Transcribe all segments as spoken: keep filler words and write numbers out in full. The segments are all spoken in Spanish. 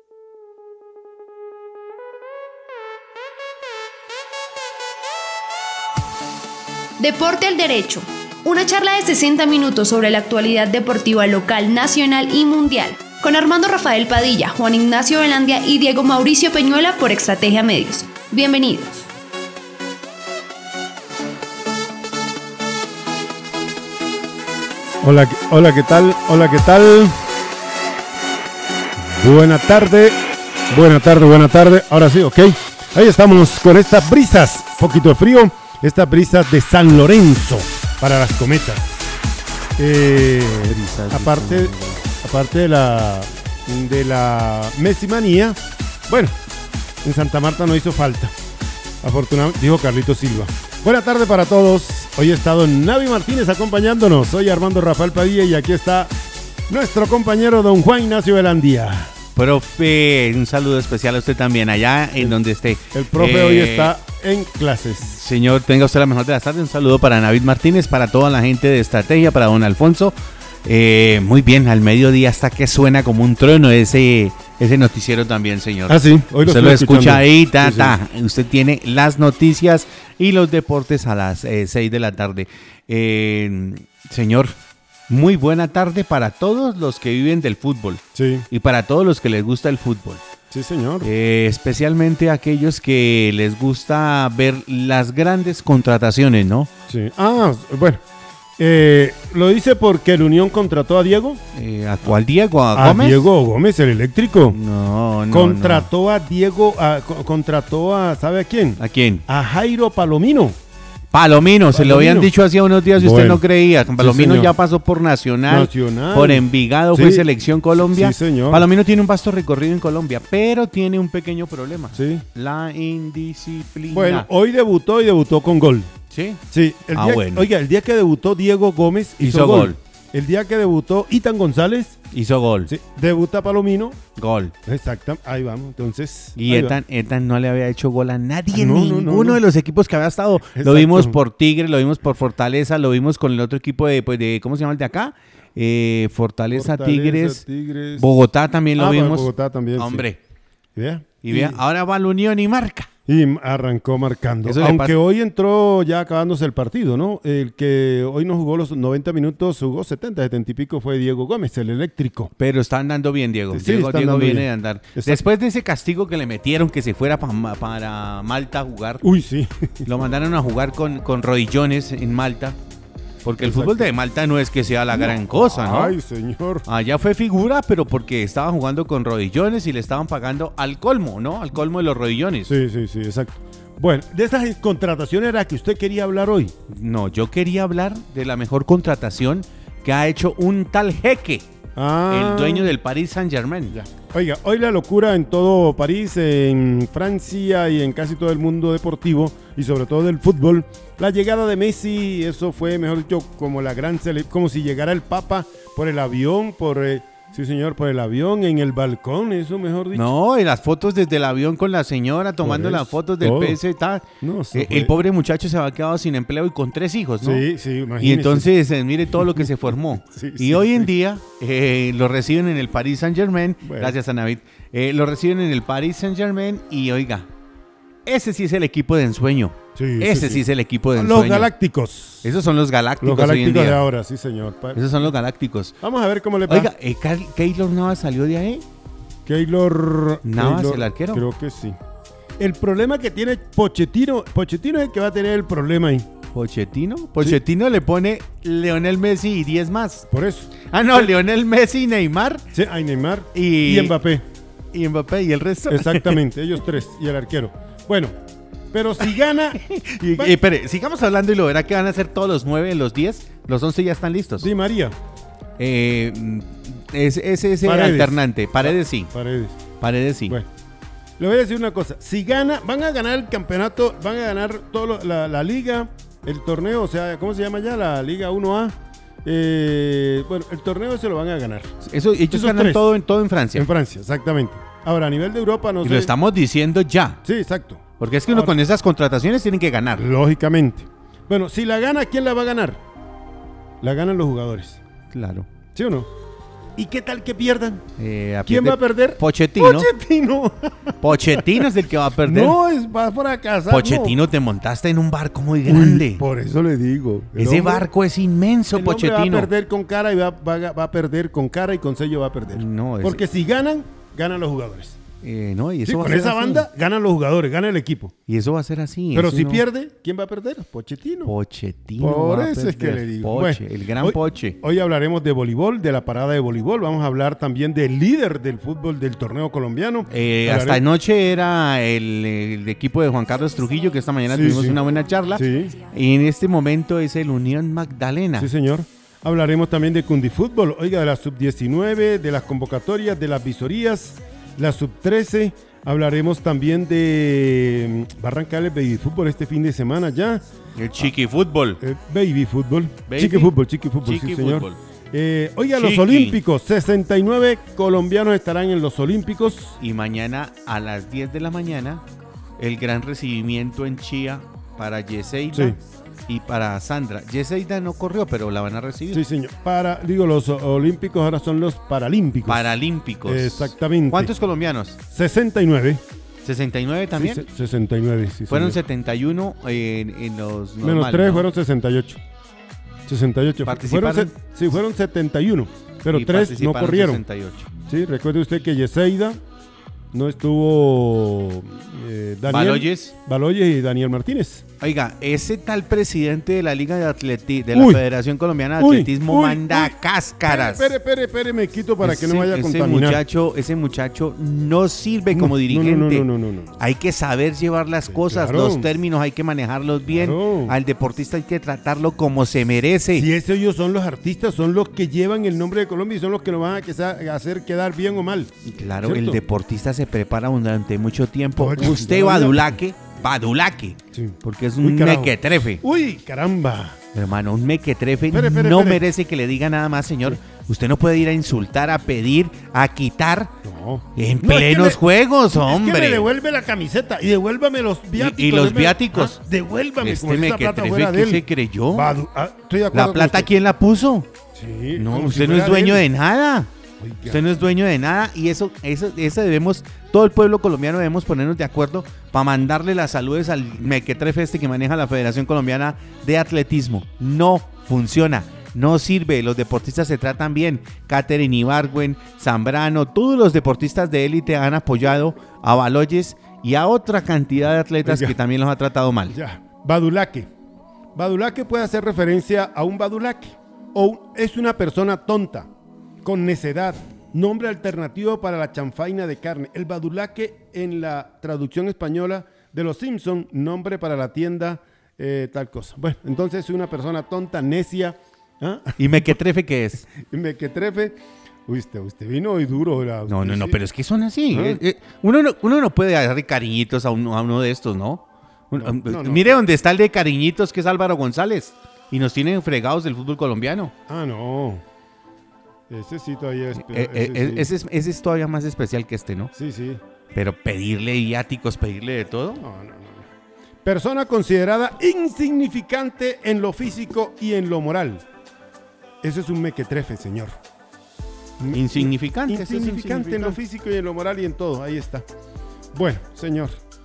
Deporte al Derecho, una charla de sesenta minutos sobre la actualidad deportiva local, nacional y mundial, con Armando Rafael Padilla, Juan Ignacio Velandia y Diego Mauricio Peñuela por Estrategia Medios. Bienvenidos. Hola, hola, ¿qué tal? Hola, ¿qué tal? Buena tarde, buena tarde, buena tarde. Ahora sí, ok. Ahí estamos con estas brisas, poquito de frío. Esta brisa de San Lorenzo para las cometas. Eh, aparte, aparte de la de la Messi manía, bueno, en Santa Marta no hizo falta. Afortunadamente, dijo Carlito Silva. Buena tarde para todos. Hoy ha estado Navi Martínez acompañándonos. Soy Armando Rafael Padilla y aquí está nuestro compañero don Juan Ignacio Velandia. Profe, un saludo especial a usted también, allá en el, donde esté. El profe eh, hoy está en clases. Señor, tenga usted la mejor de las tardes. Un saludo para Navid Martínez, para toda la gente de Estrategia, para don Alfonso. Eh, muy bien, al mediodía hasta que suena como un trueno ese, ese noticiero también, señor. Ah, sí, hoy lo Usted lo escucha escuchando. ahí, ta, sí, ta. Sí. Usted tiene las noticias y los deportes a las eh, seis de la tarde. Eh, señor, muy buena tarde para todos los que viven del fútbol. Sí. Y para todos los que les gusta el fútbol. Sí, señor. Eh, especialmente aquellos que les gusta ver las grandes contrataciones, ¿no? Sí. Ah, bueno. Eh, ¿Lo dice porque el Unión contrató a Diego? Eh, ¿A cuál Diego? ¿A, a Gómez? Diego Gómez, el eléctrico. No, no. Contrató no. a Diego, a, co- contrató a, ¿sabe a quién? ¿A quién? A Jairo Palomino. Palomino, se lo habían Palomino. dicho hacía unos días y Bueno, usted no creía. Palomino sí, ya pasó por Nacional, Nacional. por Envigado, Sí. fue Selección Colombia. Sí, señor. Palomino tiene un vasto recorrido en Colombia, pero tiene un pequeño problema. Sí. La indisciplina. Bueno, hoy debutó y debutó con gol. ¿Sí? Sí. El Ah, día, bueno. Oiga, el día que debutó Diego Gómez hizo, Hizo gol. gol. El día que debutó Itan González, Hizo gol. sí, debuta Palomino. Gol. Exacto, ahí vamos. Entonces. Y ahí Etan, Etan no le había hecho gol a nadie, No, no, ninguno no, no. de los equipos que había estado. Exacto. Lo vimos por Tigre, lo vimos por Fortaleza, lo vimos con el otro equipo de, pues, de ¿cómo se llama el de acá? Eh, Fortaleza, Fortaleza, Tigres, Tigres. Bogotá también lo Ah, bueno, vimos. Bogotá también. sí. Hombre, Vea. y vea, ahora va la Unión y marca. Y arrancó marcando. Eso le Aunque pasa- hoy entró ya acabándose el partido, ¿no? El que hoy no jugó los noventa minutos, jugó setenta, setenta y pico fue Diego Gómez, el eléctrico. Pero está andando bien, Diego. Sí, Diego, está Diego andando viene bien. de andar. Exacto. Después de ese castigo que le metieron, que se fuera pa- para Malta a jugar, Uy, sí. lo mandaron a jugar con, con rodillones en Malta. Porque el Exacto. fútbol de Malta no es que sea la gran cosa, ¿no? Ay, señor. Allá fue figura, pero porque estaba jugando con rodillones y le estaban pagando al colmo, ¿no? Al colmo de los rodillones. Sí, sí, sí, exacto. Bueno, de esas contrataciones era que usted quería hablar hoy. No, yo quería hablar de la mejor contratación que ha hecho un tal Jeque, Ah. el dueño del Paris Saint-Germain. Ya. Oiga, hoy la locura en todo París, en Francia y en casi todo el mundo deportivo y sobre todo del fútbol. La llegada de Messi, eso fue, mejor dicho, como la gran cele- como si llegara el Papa por el avión, por eh, sí señor, por el avión, en el balcón, eso mejor dicho. No, y las fotos desde el avión con la señora tomando Por las eso, fotos del todo. P S tal. No, eso Eh, fue- el pobre muchacho se había quedado sin empleo y con tres hijos, ¿no? Sí, sí, imagínese. Y entonces, eh, mire todo lo que se formó. Sí, y sí, hoy sí. en día eh, lo reciben en el Paris Saint-Germain. Bueno. Gracias a Navid. Eh, lo reciben en el Paris Saint-Germain y oiga, ese sí es el equipo de ensueño. Sí, ese sí, sí. es el equipo de Los ensueño. Galácticos. Esos son los galácticos, Los hoy en Galácticos día. de ahora, sí señor. Pa- Esos son los galácticos. Vamos a ver cómo le va. Oiga, eh, Car- ¿Keylor Navas salió de ahí? Keylor Navas, Keylor, el arquero. Creo que sí. El problema que tiene Pochettino, Pochettino es el que va a tener el problema ahí. ¿Pochettino? Pochettino le pone Leonel Messi y diez más. Por eso. Ah, no, Leonel Messi, Neymar Sí, hay Neymar y, y Mbappé. y Mbappé y el resto. Exactamente, ellos tres y el arquero. Bueno, pero si gana, Y, va- y, espere, sigamos hablando y lo verá que van a ser todos los nueve, los diez, los once ya están listos. Di María, Eh, es, es ese Paredes. alternante. Paredes sí. Paredes. Paredes sí. Bueno, le voy a decir una cosa. Si gana, van a ganar el campeonato, van a ganar todo la, la liga, el torneo, o sea, ¿cómo se llama ya? La Liga uno A. Eh, bueno, el torneo se lo van a ganar. Eso, ellos Esos ganan tres. todo en, todo en Francia. En Francia, exactamente. Ahora, a nivel de Europa, no y sé. lo estamos diciendo ya. Sí, exacto. Porque es que uno Ahora- con esas contrataciones tiene que ganar. Lógicamente. Bueno, si la gana, ¿quién la va a ganar? La ganan los jugadores. Claro. ¿Sí o no? ¿Y qué tal que pierdan? Eh, ¿Quién va a perder? Pochettino. Pochettino. Pochettino es el que va a perder. No, es va a fracasar. Pochettino, no. te montaste en un barco muy grande. Uy, por eso le digo. El Ese hombre, barco es inmenso, el hombre Pochettino. va a perder con cara y va, va- va a perder con cara y con sello va a perder. No, es- Porque si ganan, ganan los jugadores. Eh, no, y eso Sí, va a con ser esa así. banda ganan los jugadores, gana el equipo. Y eso va a ser así. Pero eso si no- pierde, ¿quién va a perder? Pochettino. Pochettino. Por va a eso es que perder. le digo. Poche, Bueno, el gran hoy, Poche. Hoy hablaremos de voleibol, de la parada de voleibol. Vamos a hablar también del líder del fútbol del torneo colombiano. Eh, Hablaremos- hasta anoche era el, el equipo de Juan Carlos Trujillo, que esta mañana Sí, tuvimos sí. una buena charla. Sí. Y en este momento es el Unión Magdalena. Sí, señor. Hablaremos también de Cundifútbol, oiga, de la sub diecinueve, de las convocatorias, de las visorías, la sub trece. Hablaremos también de mm, va a arrancar el baby fútbol este fin de semana ya. El Chiqui Fútbol. Eh, baby fútbol. Baby. Chiqui fútbol, chiqui fútbol, Chiqui sí, señor. fútbol. Eh, oiga, los Chiqui. Olímpicos, sesenta y nueve colombianos estarán en los Olímpicos. Y mañana a las diez de la mañana, el gran recibimiento en Chía para Yeseida Sí. y para Sandra. Yeseida no corrió, pero la van a recibir. Sí, señor. Para, digo, los Olímpicos ahora son los Paralímpicos. Paralímpicos. Exactamente. ¿Cuántos colombianos? sesenta y nueve. ¿sesenta y nueve también? Sí, se- sesenta y nueve, sí. Fueron señor. setenta y uno en, en los Menos normales, tres ¿no? fueron sesenta y ocho. sesenta y ocho. Fueron, ¿Participaron? se- sí, fueron setenta y uno. Pero Y tres no participaron corrieron. sesenta y ocho. Sí, recuerde usted que Yeseida no estuvo eh, Daniel Baloyes. Baloyes y Daniel Martínez. Oiga, ese tal presidente de la Liga de Atleti de la Uy. Federación Colombiana de Uy, Atletismo uy, manda uy. cáscaras. Espere, espere, espere, me quito para que no Ese- vaya a ese contaminar. muchacho, ese muchacho no sirve No, como no, dirigente. No, no, no, no, no, no. Hay que saber llevar las Sí, cosas, claro. los términos hay que manejarlos bien. Claro. Al deportista hay que tratarlo como se merece. Si esos ellos son los artistas, son los que llevan el nombre de Colombia y son los que nos van a que sa- a hacer quedar bien o mal. Y claro, ¿Cierto? el deportista se prepara durante mucho tiempo. Oye, Usted no, badulaque, badulaque, Sí. porque es Uy, un carajo. mequetrefe. Uy, caramba. Hermano, un mequetrefe Espere, espere, no espere. merece que le diga nada más, señor. Usted no puede ir a insultar, a pedir, a quitar No. en No, es que plenos me- juegos, Es que me hombre. devuelve la camiseta y devuélvame los viáticos. y los déme- viáticos. Ah, devuélvame Este como si esa plata mequetrefe, fuera ¿qué de él. se creyó? Badu- ah, estoy de acuerdo ¿La con plata usted. quién la puso? Sí, No, como usted si no es fuera dueño él. de nada. Oiga. Usted no es dueño de nada y eso, eso, eso debemos, todo el pueblo colombiano debemos ponernos de acuerdo para mandarle las saludes al mequetrefe este que maneja la Federación Colombiana de Atletismo. No funciona, no sirve, los deportistas se tratan bien. Catherine Ibargüen, Zambrano, todos los deportistas de élite han apoyado a Baloyes y a otra cantidad de atletas Oiga. que también los ha tratado mal. Ya, badulaque. Badulaque puede hacer referencia a un badulaque o un- es una persona tonta, con necedad, nombre alternativo para la chanfaina de carne. El badulaque en la traducción española de Los Simpson, nombre para la tienda eh, tal cosa. Bueno, entonces es una persona tonta, necia, ¿ah? ¿Y mequetrefe qué es? Y me que trefe. Uy, usted, usted vino hoy duro. ¿verdad? No, no, Usted no, sí. pero es que son así. Ah. Eh, eh, uno, no, uno no puede darle cariñitos a uno, a uno de estos, ¿no? Un- No, no, no. Mire dónde está el de cariñitos, que es Álvaro González. Y nos tienen fregados del fútbol colombiano. Ah, no. Ese sí todavía es peor, Eh, eh, ese sí. ese, es, ese es todavía más especial que este, ¿no? Sí, sí. Pero pedirle viáticos, pedirle de todo. No, no, no, no. Persona considerada insignificante en lo físico y en lo moral. Eso es un mequetrefe, señor. Insignificante. ese es Insignificante en lo físico y en lo moral y en todo. Ahí está. Bueno, señor.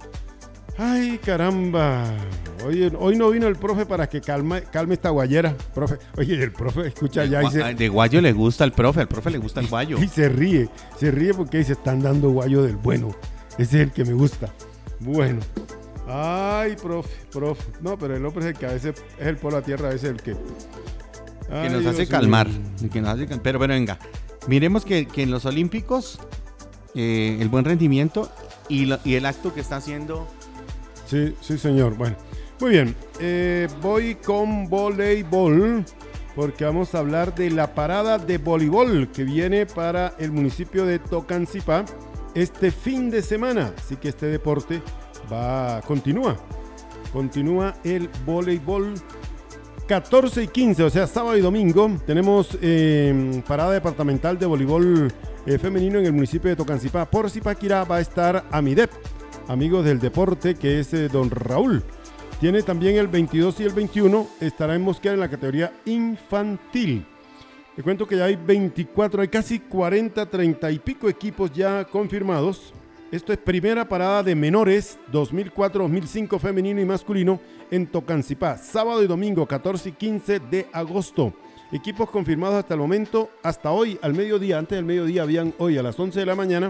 Ay, caramba. Hoy, hoy no vino el profe para que calma, calme esta guayera. Profe. Oye, el profe escucha ya y se, Gua- De guayo le gusta al profe, al profe le gusta el guayo. y se ríe. Se ríe porque se están dando guayo del bueno. Ese es el que me gusta. Bueno. Ay, profe, profe. No, pero el hombre es el que a veces es el polo a tierra, a veces el que... Que Ay, nos hace Dios calmar. mío. Que nos hace cal- Pero bueno, venga. Miremos que, que en los Olímpicos, eh, el buen rendimiento y, lo- y el acto que está haciendo. Sí, sí, señor. Bueno, muy bien. Eh, voy con voleibol porque vamos a hablar de la parada de voleibol que viene para el municipio de Tocancipá este fin de semana. Así que este deporte va, continúa. Continúa el voleibol. catorce y quince, o sea, sábado y domingo, tenemos eh, parada departamental de voleibol eh, femenino en el municipio de Tocancipá. Por Zipaquirá va a estar Amidep, amigos del deporte, que es eh, don Raúl. Tiene también el veintidós y el veintiuno, estará en Mosquera en la categoría infantil. Te cuento que ya hay veinticuatro, hay casi cuarenta, treinta y pico equipos ya confirmados. Esto es primera parada de menores dos mil cuatro dos mil cinco femenino y masculino en Tocancipá, sábado y domingo catorce y quince de agosto. Equipos confirmados hasta el momento, hasta hoy al mediodía, antes del mediodía habían hoy a las once de la mañana,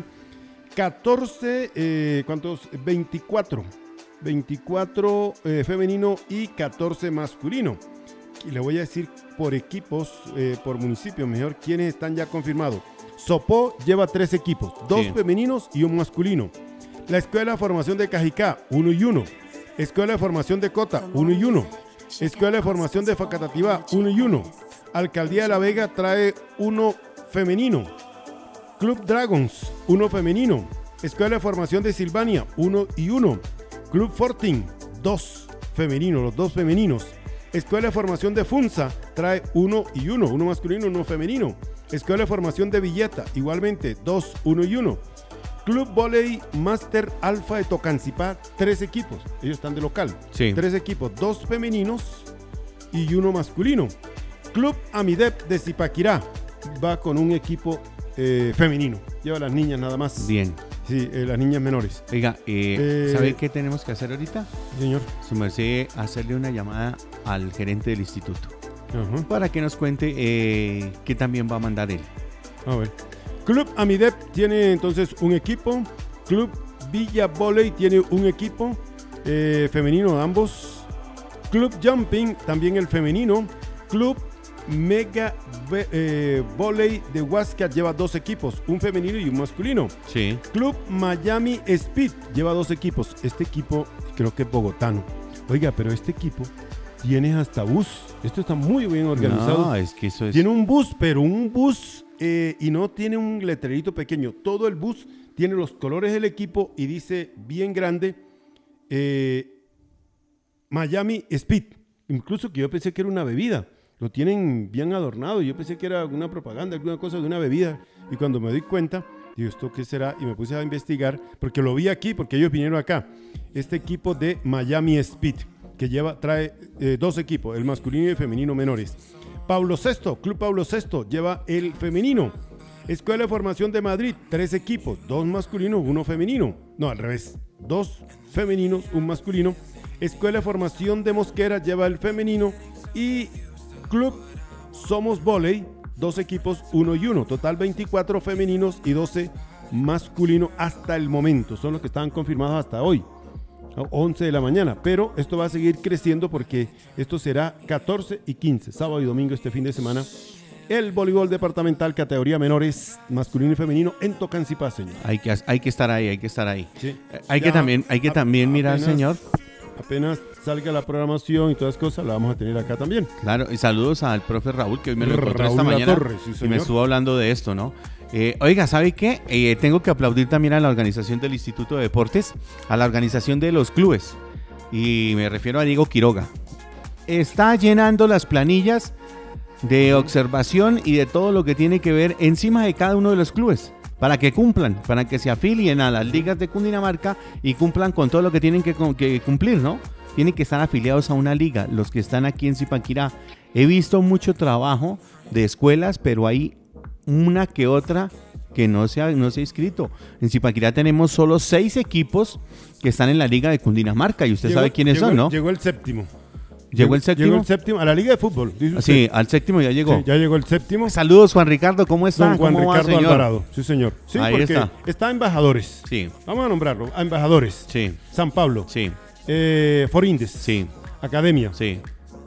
catorce, eh, ¿cuántos? veinticuatro, veinticuatro eh, femenino y catorce masculino. Y le voy a decir por equipos, eh, por municipio mejor, quiénes están ya confirmados. Sopó lleva tres equipos, dos sí. femeninos y un masculino. La Escuela de Formación de Cajicá, uno y uno. Escuela de Formación de Cota, uno y uno. Escuela de Formación de Facatativá, uno y uno. Alcaldía de La Vega trae uno femenino. Club Dragons, uno femenino. Escuela de Formación de Silvania, uno y uno. Club Fortin, dos femeninos, los dos femeninos. Escuela de Formación de Funza trae uno y uno, uno masculino, uno femenino. Escuela de Formación de Villeta, igualmente, dos, uno y uno. Club Volley Master Alfa de Tocancipá, tres equipos. Ellos están de local. Sí. Tres equipos, dos femeninos y uno masculino. Club Amidep de Zipaquirá va con un equipo eh, femenino. Lleva a las niñas nada más. Bien. Sí, eh, las niñas menores. Oiga, eh, Eh, ¿sabe qué tenemos que hacer ahorita? Señor. Su merced, hacerle una llamada al gerente del instituto Ajá. para que nos cuente eh, qué también va a mandar él. A ver. Club Amidep tiene entonces un equipo. Club Villa Volley tiene un equipo eh, femenino ambos. Club Jumping también el femenino. Club Mega eh, Volley de Huáscar lleva dos equipos, un femenino y un masculino. Sí. Club Miami Speed lleva dos equipos. Este equipo creo que es bogotano. Oiga, pero este equipo tiene hasta bus. Esto está muy bien organizado. No, es que eso es... Tiene un bus, pero un bus eh, y no tiene un letrerito pequeño. Todo el bus tiene los colores del equipo y dice bien grande eh, Miami Speed. Incluso que yo pensé que era una bebida. Lo tienen bien adornado. Yo pensé que era alguna propaganda, alguna cosa de una bebida. Y cuando me doy cuenta, digo, ¿esto qué será? Y me puse a investigar porque lo vi aquí, porque ellos vinieron acá. Este equipo de Miami Speed, que lleva, trae eh, dos equipos, el masculino y el femenino menores. Pablo sexto, Club Pablo sexto, lleva el femenino. Escuela de Formación de Madrid, tres equipos, dos masculinos, uno femenino. No, al revés, dos femeninos, un masculino. Escuela de Formación de Mosquera lleva el femenino y Club Somos Volley, dos equipos, uno y uno. Total veinticuatro femeninos y doce masculinos hasta el momento. Son los que estaban confirmados hasta hoy, once de la mañana. Pero esto va a seguir creciendo porque esto será catorce y quince, sábado y domingo este fin de semana. El voleibol departamental categoría menores, masculino y femenino en Tocancipá, señor. Hay que, hay que estar ahí, hay que estar ahí. Sí. Hay Ya, que también, hay que a, también mirar, apenas, señor. Apenas salga la programación y todas las cosas, la vamos a tener acá también. Claro, y saludos al profe Raúl, que hoy me lo encontré Raúl esta mañana Latorre, sí, y señor. me estuvo hablando de esto, ¿no? Eh, oiga, ¿sabe qué? Eh, tengo que aplaudir también a la organización del Instituto de Deportes, a la organización de los clubes, y me refiero a Diego Quiroga. Está llenando las planillas de observación y de todo lo que tiene que ver encima de cada uno de los clubes, para que cumplan, para que se afilien a las ligas de Cundinamarca y cumplan con todo lo que tienen que, que cumplir, ¿no? Tienen que estar afiliados a una liga, los que están aquí en Zipaquirá. He visto mucho trabajo de escuelas, pero hay una que otra que no se ha, no se ha inscrito. En Zipaquirá tenemos solo seis equipos que están en la liga de Cundinamarca y usted Llegó, sabe quiénes llegó, son, ¿no? Llegó el séptimo. ¿Llegó el séptimo? Llegó el séptimo a la liga de fútbol. Dice usted. Sí, al séptimo ya llegó. Sí, ya llegó el séptimo. Saludos, Juan Ricardo, ¿cómo está? Don Juan ¿Cómo Ricardo va, señor? Alvarado. Sí, señor. Sí, Ahí porque está. está embajadores. Sí, Vamos a nombrarlo. A embajadores. sí, San Pablo. sí, Eh, Forindes. sí, Academia. sí.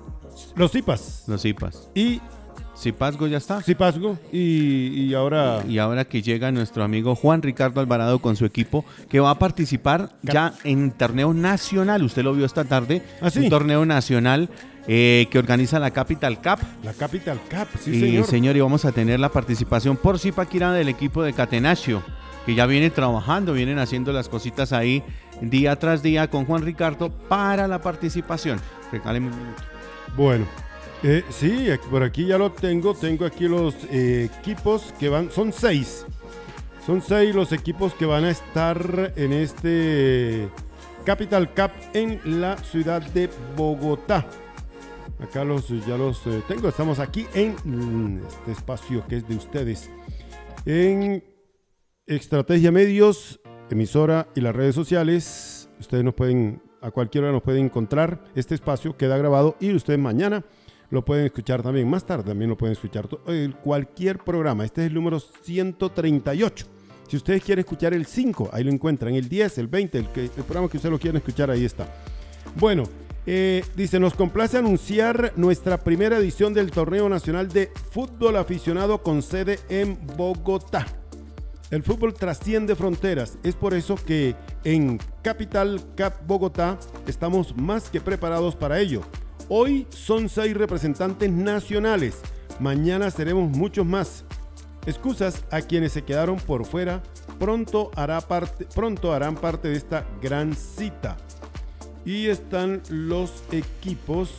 Los Zipas. Los Zipas. Y Zipazgo ya está. Zipazgo. Y, y ahora... Y ahora que llega nuestro amigo Juan Ricardo Alvarado con su equipo, que va a participar ya en torneo nacional. Usted lo vio esta tarde. ¿Ah, sí? Un torneo nacional eh, que organiza la Capital Cup. La Capital Cup. Sí, y señor. señor, y vamos a tener la participación por Zipaquirá del equipo de Catenaccio, que ya viene trabajando, vienen haciendo las cositas ahí día tras día con Juan Ricardo para la participación. Regáleme un minuto. Bueno. Eh, sí, aquí- por aquí ya lo tengo. Tengo aquí los eh, equipos que van. Son seis. Son seis los equipos que van a estar en este Capital Cup en la ciudad de Bogotá. Acá los, ya los eh, tengo. Estamos aquí en mm, este espacio que es de ustedes. En Estrategia Medios, emisora y las redes sociales. Ustedes nos pueden, a cualquier hora nos pueden encontrar. Este espacio queda grabado y ustedes mañana lo pueden escuchar también. Más tarde también lo pueden escuchar. Eh, cualquier programa. Este es el número ciento treinta y ocho. Si ustedes quieren escuchar el cinco, ahí lo encuentran. El diez, el veinte, el, que, el programa que ustedes lo quieren escuchar, ahí está. Bueno, eh, dice, nos complace anunciar nuestra primera edición del Torneo Nacional de Fútbol Aficionado con sede en Bogotá. El fútbol trasciende fronteras. Es por eso que en Capital Cap Bogotá estamos más que preparados para ello. Hoy son seis representantes nacionales. Mañana seremos muchos más. Excusas a quienes se quedaron por fuera, pronto, hará parte, pronto harán parte de esta gran cita. Y están los equipos.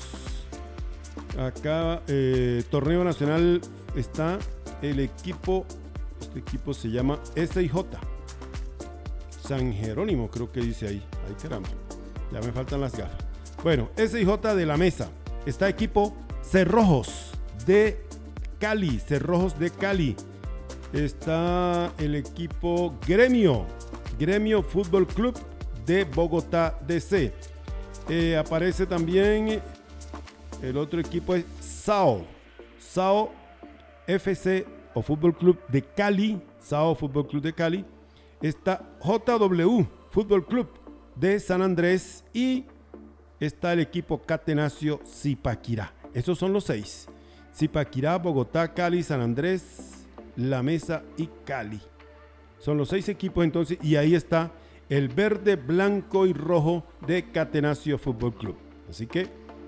Acá, eh, Torneo Nacional, está el equipo, este equipo se llama S I J. San Jerónimo, creo que dice ahí. Ay, caramba, ya me faltan las gafas. Bueno, S I J de la Mesa. Está equipo Cerrojos de Cali, Cerrojos de Cali. Está el equipo Gremio, Gremio Fútbol Club de Bogotá D C. Eh, aparece también el otro equipo es S A O, S A O F C o Fútbol Club de Cali, S A O Fútbol Club de Cali. Está J W Fútbol Club de San Andrés y está el equipo Catenaccio Zipaquirá. Esos son los seis. Zipaquirá, Bogotá, Cali, San Andrés, La Mesa y Cali. Son los seis equipos entonces y ahí está el verde, blanco y rojo de Catenaccio Fútbol Club. Así que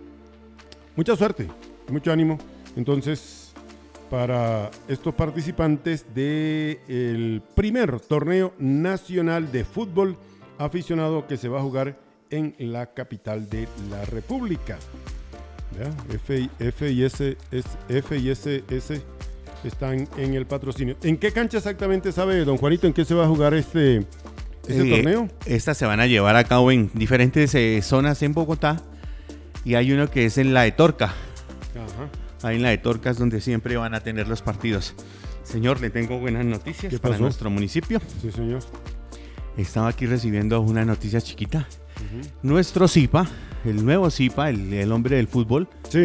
mucha suerte, mucho ánimo. Entonces, para estos participantes del primer torneo nacional de fútbol aficionado que se va a jugar en la capital de la República. ¿Ya? F, F y S, S, F y S, S están en el patrocinio. ¿En qué cancha exactamente sabe, don Juanito, en qué se va a jugar este, este eh, torneo? Estas se van a llevar a cabo en diferentes eh, zonas en Bogotá y hay uno que es en la de Torca. Ajá. Ahí en la de Torca es donde siempre van a tener los partidos. Señor, le tengo buenas noticias para nuestro municipio. Sí, señor. Estaba aquí recibiendo una noticia chiquita. Uh-huh. Nuestro Zipa, el nuevo Zipa, el, el hombre del fútbol, sí,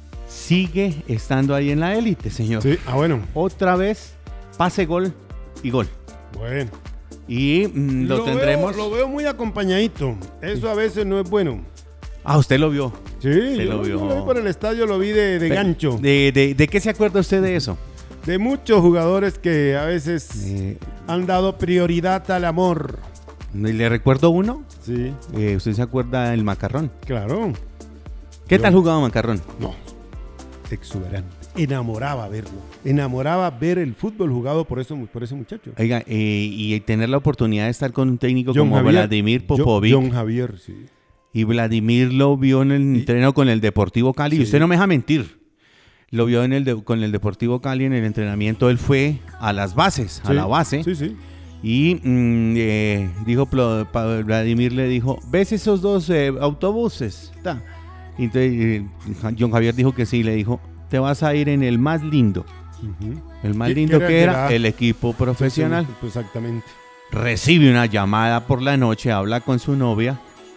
sigue estando ahí en la élite, señor. Sí, ah, bueno. Otra vez, pase, gol y gol. Bueno. Y mm, lo, lo tendremos. Veo, lo veo muy acompañadito. Eso a veces no es bueno. Ah, usted lo vio. Sí, usted yo lo vio. Lo vi por el estadio, lo vi de, de gancho. De, de, ¿De qué se acuerda usted de eso? De muchos jugadores que a veces eh, han dado prioridad al amor. ¿Le recuerdo uno? Sí. Eh, ¿Usted se acuerda del Macarrón? Claro. ¿Qué Yo, tal jugaba Macarrón? No, exuberante. Enamoraba verlo. Enamoraba ver el fútbol jugado por, eso, por ese muchacho. Oiga, eh, y tener la oportunidad de estar con un técnico John como Javier, Vladimir Popovic. John Javier, sí. Y Vladimir lo vio en el entreno con el Deportivo Cali. Sí. Y usted no me deja mentir. Lo vio en el de, con el Deportivo Cali en el entrenamiento. Él fue a las bases, a sí, la base. Sí, sí. Y mmm, eh, dijo, Vladimir le dijo, ¿ves esos dos eh, autobuses? Ta. Y entonces eh, John Javier dijo que sí. Le dijo, te vas a ir en el más lindo. Uh-huh. El más lindo que era, era el equipo profesional. Sí, sí, exactamente. Recibe una llamada por la noche, habla con su novia.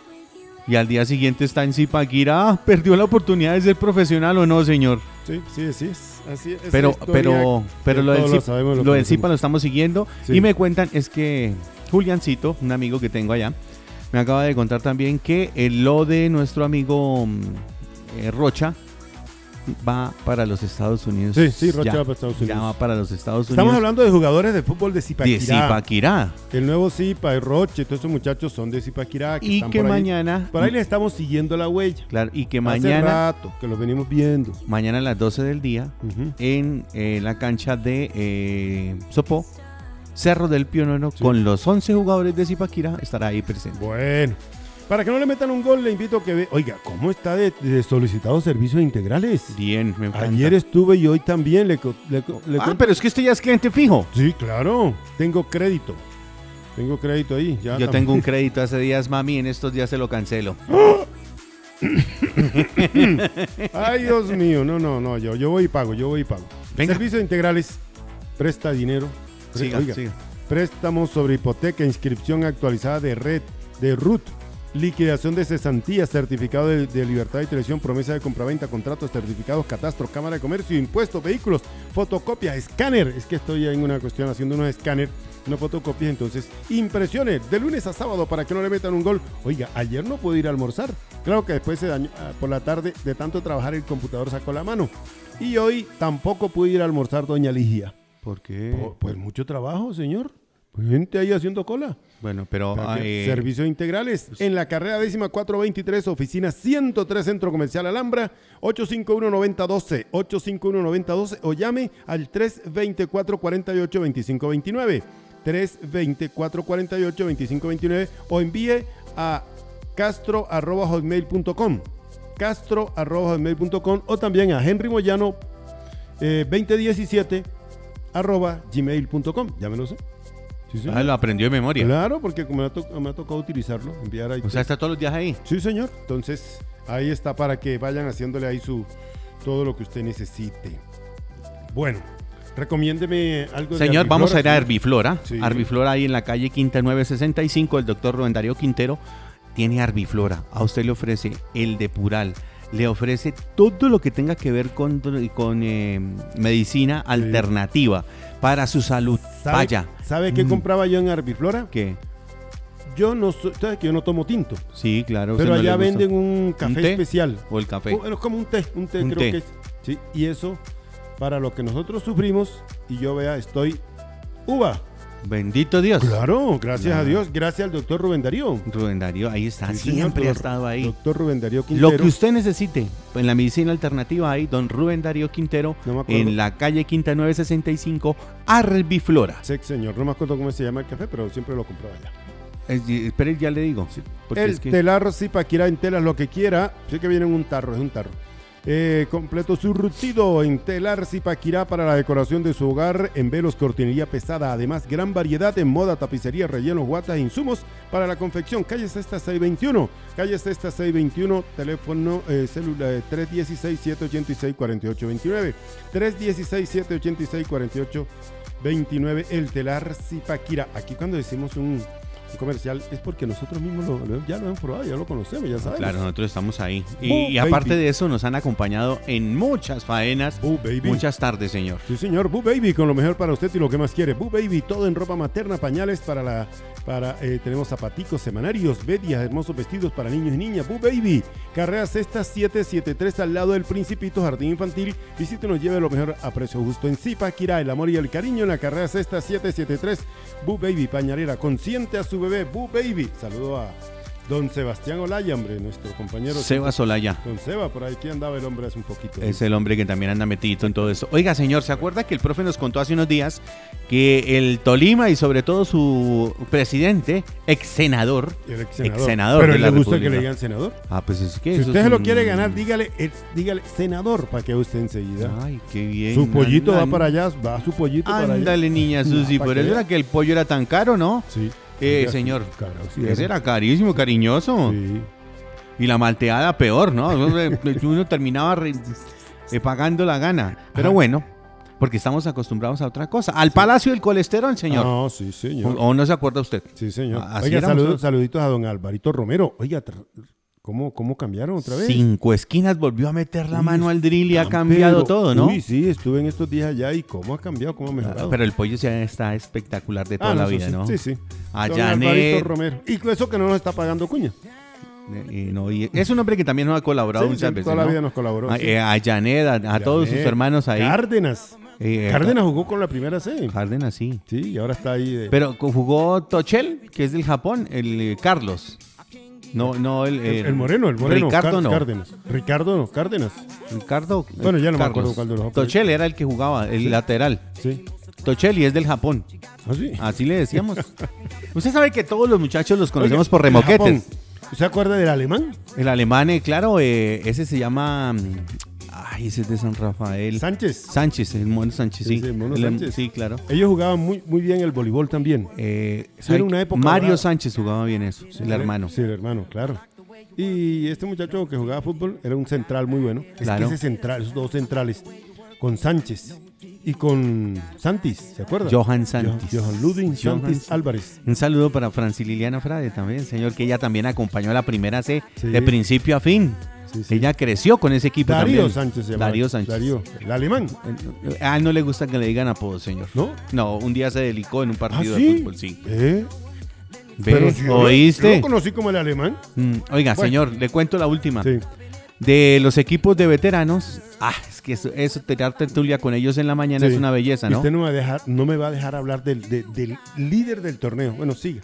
Y al día siguiente está en Zipaquirá. Ah, ¿perdió la oportunidad de ser profesional o no, señor? Sí, sí, sí. Así es. Pero, pero, pero lo del, Zipa, lo, lo del Zipa lo estamos siguiendo. Sí. Y me cuentan es que Juliancito, un amigo que tengo allá, me acaba de contar también que el lo de nuestro amigo eh, Rocha va para los Estados Unidos. Sí, sí, Rocha ya, va para Estados Unidos. Ya va para los Estados Unidos. Estamos hablando de jugadores de fútbol de Zipaquirá. De Zipaquirá. El nuevo Zipa, el Roche, todos esos muchachos son de Zipaquirá. Que y están que por mañana... Ahí. Por ahí les estamos siguiendo la huella. Claro, y que Hace mañana... rato que los venimos viendo. Mañana a las doce del día, uh-huh. en eh, la cancha de eh, Sopó, Cerro del Pionono, sí. Con los once jugadores de Zipaquirá, estará ahí presente. Bueno. Para que no le metan un gol, le invito a que ve. Oiga, ¿cómo está de, de solicitados servicios integrales? Bien, me encanta. Ayer estuve y hoy también. Le, le, le ah, pero es que usted ya es cliente fijo. Sí, claro. Tengo crédito. Tengo crédito ahí. Ya Yo también. tengo un crédito hace días, mami. En estos días se lo cancelo. Ay, Dios mío, no, no, no, yo, yo voy y pago, yo voy y pago. Venga. Servicios integrales, presta dinero. Pre- Siga, oiga, siga. préstamos sobre hipoteca, inscripción actualizada de red, de R U T, liquidación de cesantías, certificado de, de libertad de traición, promesa de compraventa, contratos, certificados, catastro, cámara de comercio, impuestos, vehículos, fotocopia, escáner. Es que estoy en una cuestión haciendo unos escáner, no fotocopias, entonces impresiones de lunes a sábado para que no le metan un gol. Oiga, ayer no pude ir a almorzar. Claro que después se dañó, por la tarde de tanto trabajar el computador sacó la mano. Y hoy tampoco pude ir a almorzar, doña Ligia. ¿Por qué? Pues, pues mucho trabajo, señor. Pues gente ahí haciendo cola. Bueno, pero... Para que- eh, Servicios integrales en la carrera décima cuatrocientos veintitrés, oficina ciento tres, Centro Comercial Alhambra, ocho cinco uno, nueve cero uno dos, ocho cinco uno, nueve cero uno dos o llame al tres dos cuatro, cuatro ocho, dos cinco dos nueve, tres dos cuatro, cuatro ocho, dos cinco dos nueve o envíe a castro arroba hotmail punto com, castro arroba hotmail punto com o también a Henry Moyano eh, veinte diecisiete arroba gmail punto com. Llámenos. Sí, señor. ah, lo aprendió de memoria. Claro, porque me ha, to- me ha tocado utilizarlo, enviar ahí. O sea, está todos los días ahí. Sí, señor. Entonces, ahí está para que vayan haciéndole ahí su todo lo que usted necesite. Bueno, recomiéndeme algo de Señor, vamos a ir a Herbiflora. Herbiflora. Sí. Herbiflora ahí en la calle Quinta nueve sesenta y cinco. El doctor Rubén Darío Quintero tiene Herbiflora. A usted le ofrece el Depural. Le ofrece todo lo que tenga que ver con, con eh, medicina alternativa para su salud. ¿Sabe, Vaya. ¿Sabe qué Mm. compraba yo en Herbiflora? ¿Qué? Yo no soy, ¿sabe que yo no tomo tinto? Sí, claro. a usted Pero no le allá gusta. venden un café té? especial. O el café. Bueno, es como un té, un té Un creo té. que es. Sí, y eso, para lo que nosotros sufrimos, y yo vea, estoy uva. Bendito Dios. Claro, gracias Claro. a Dios, gracias al doctor Rubén Darío. Rubén Darío, ahí está. Sí, señor, Siempre ha doctor- estado ahí. Doctor Rubén Darío Quintero. Lo que usted necesite en la medicina alternativa ahí, don Rubén Darío Quintero, No me acuerdo. en la calle Quinta nueve sesenta y cinco, Herbiflora. Sí, señor, no me acuerdo cómo se llama el café, pero siempre lo compraba allá. Eh, Espere, ya le digo. Porque El es que- telar Zipaquirá en telas, lo que quiera. Sé que viene en un tarro, es un tarro. Eh, completo surtido en telar Zipaquirá para la decoración de su hogar, en velos, cortinería pesada. Además, gran variedad en moda, tapicería, rellenos, guatas e insumos para la confección. Calle Sexta seiscientos veintiuno. Calle Sexta seiscientos veintiuno. Teléfono eh, celular eh, tres uno seis, siete ocho seis, cuatro ocho dos nueve. tres uno seis, siete ocho seis, cuatro ocho dos nueve. El telar Zipaquirá. Aquí cuando decimos un... un comercial es porque nosotros mismos lo- lo- ya lo hemos probado, ya lo conocemos, ya sabemos. Claro, nosotros estamos ahí. Y, Boo y aparte Baby. de eso, nos han acompañado en muchas faenas, Boo Baby. muchas tardes, señor. Sí, señor, Boo Baby, con lo mejor para usted y lo que más quiere. Boo Baby, todo en ropa materna, pañales para la... para eh, tenemos zapaticos semanarios, medias, hermosos vestidos para niños y niñas. Boo Baby, carrera Sexta setecientos setenta y tres al lado del Principito, Jardín Infantil. Visítenos, lleve lo mejor a precio justo en Zipaquirá, el amor y el cariño en la carrera Sexta setecientos setenta y tres. Boo Baby, pañalera, consiente a su bebé. Boo Baby. Saludo a don Sebastián Olaya, hombre, nuestro compañero. Seba Solaya. Don Seba, por ahí que andaba el hombre hace un poquito. Es el hombre que también anda metido en todo eso. Oiga, señor, ¿se acuerda que el profe nos contó hace unos días que el Tolima y sobre todo su presidente, ex senador, El ex senador. ex senador Pero de la le gusta que República. le digan senador. Ah, pues es que Si eso usted es se lo un- quiere ganar, dígale, eh, dígale senador para que usted enseguida. Ay, qué bien. Su pollito va Anda- para allá, va su pollito para allá. Ándale, niña Susi, Va por para eso allá. era que el pollo era tan caro, ¿no? Sí. Eh, Ya, señor, sí, caro, sí, ese era carísimo, cariñoso. Sí. Y la malteada peor, ¿no? Uno terminaba re- eh, pagando la gana. Pero Ajá. bueno, porque estamos acostumbrados a otra cosa. Al Palacio del Colesterol, señor. No, sí, ¿O, señor. o no se acuerda usted? Sí, señor. Así Oiga, éramos saludos, nosotros. saluditos a don Alvarito Romero. Oiga, tra- ¿cómo, cómo cambiaron otra vez? Cinco Esquinas volvió a meter la Uy, mano al drill y ha tan cambiado pero- todo, ¿no? Uy, sí, estuve en estos días allá y cómo ha cambiado, cómo ha mejorado. Pero el pollo ya está espectacular de toda Ah, no, la eso vida, sí, ¿no? Sí, sí. A Don Janet. Alvarito Romero. Y eso que no nos está pagando cuña. Eh, no, y es un hombre que también nos ha colaborado Sí, muchas sí, veces, toda la ¿no? vida nos colaboró. A, sí. eh, a Janet, a, a todos sus Janet, hermanos ahí. Cárdenas. Eh, Cárdenas jugó con la primera C. Cárdenas, sí. Sí, y ahora está ahí. de- Pero co- jugó Tochel, que es del Japón, el eh, Carlos. No, no, el, el, el moreno, el moreno. Ricardo Car- no. Cárdenas. Ricardo no, Cárdenas. Ricardo. Bueno, ya no me Carlos. acuerdo cuál de los dos. Tochel era el que jugaba, el Sí. lateral. Sí. Tochel y es del Japón. ¿Ah, sí? Así le decíamos. Usted sabe que todos los muchachos los conocemos Oiga, por el Japón. remoquetes. ¿Se acuerda del alemán? El alemán, eh, claro, eh, ese se llama. mm, Ay, ese es de San Rafael. Sánchez. Sánchez, el mono Sánchez, sí. Sí, sí, el mono El- Sánchez. Sí, claro. Ellos jugaban muy, muy bien el voleibol también. Eh, Sí, era una época Mario dorada. Sánchez jugaba bien eso, el hermano. Sí, el hermano, claro. Y este muchacho que jugaba fútbol era un central muy bueno. Es Claro. que ese central, esos dos centrales, con Sánchez y con Santis, ¿se acuerda? Johan Santis. Jo- Johan Ludwig Johan Santis Santis. Álvarez. Un saludo para Franci Liliana Frade también, señor, que ella también acompañó a la primera C Sí. de principio a fin. Sí, sí. Ella creció con ese equipo Darío también. Sánchez se llama. Darío Sánchez. Darío, el alemán. A él no le gusta que le digan apodo, señor. ¿No? No, un día se delicó en un ¿Ah, partido sí? de fútbol, sí. ¿Eh? Ve, Pero si yo lo- ¿oíste? Yo lo conocí como el alemán. Mm, Oiga, Bueno. señor, le cuento la última. Sí. De los equipos de veteranos, ah, es que eso, eso tirar tertulia con ellos en la mañana Sí. es una belleza, Y ¿no? usted no me va a dejar, no me va a dejar hablar del, de- del líder del torneo. Bueno, siga.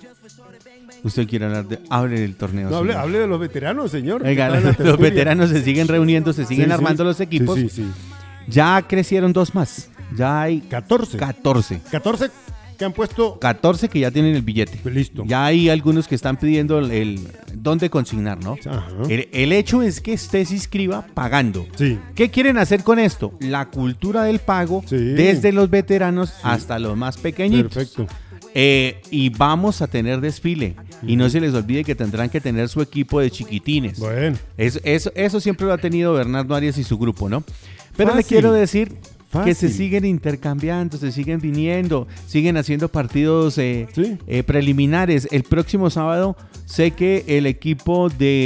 Usted quiere hablar de... Hable del torneo, No, hable, señor. hable de los veteranos, señor. Oiga, que están en la los tertulia. veteranos se siguen reuniendo, se siguen Sí, sí. armando los equipos. Sí, sí, sí. Ya crecieron dos más. Ya hay catorce. catorce. catorce que han puesto. catorce que ya tienen el billete. Listo. Ya hay algunos que están pidiendo el, el dónde consignar, ¿no? Ajá. El, el hecho es que usted se inscriba pagando. Sí. ¿Qué quieren hacer con esto? La cultura del pago, Sí. desde los veteranos hasta los más pequeñitos. Perfecto. Eh, y vamos a tener desfile. Y no se les olvide que tendrán que tener su equipo de chiquitines. Bueno. Eso, eso, eso siempre lo ha tenido Bernardo Arias y su grupo, ¿no? Pero le Fácil. quiero decir que Fácil. se siguen intercambiando, se siguen viniendo, siguen haciendo partidos eh, Sí. eh, preliminares. El próximo sábado sé que el equipo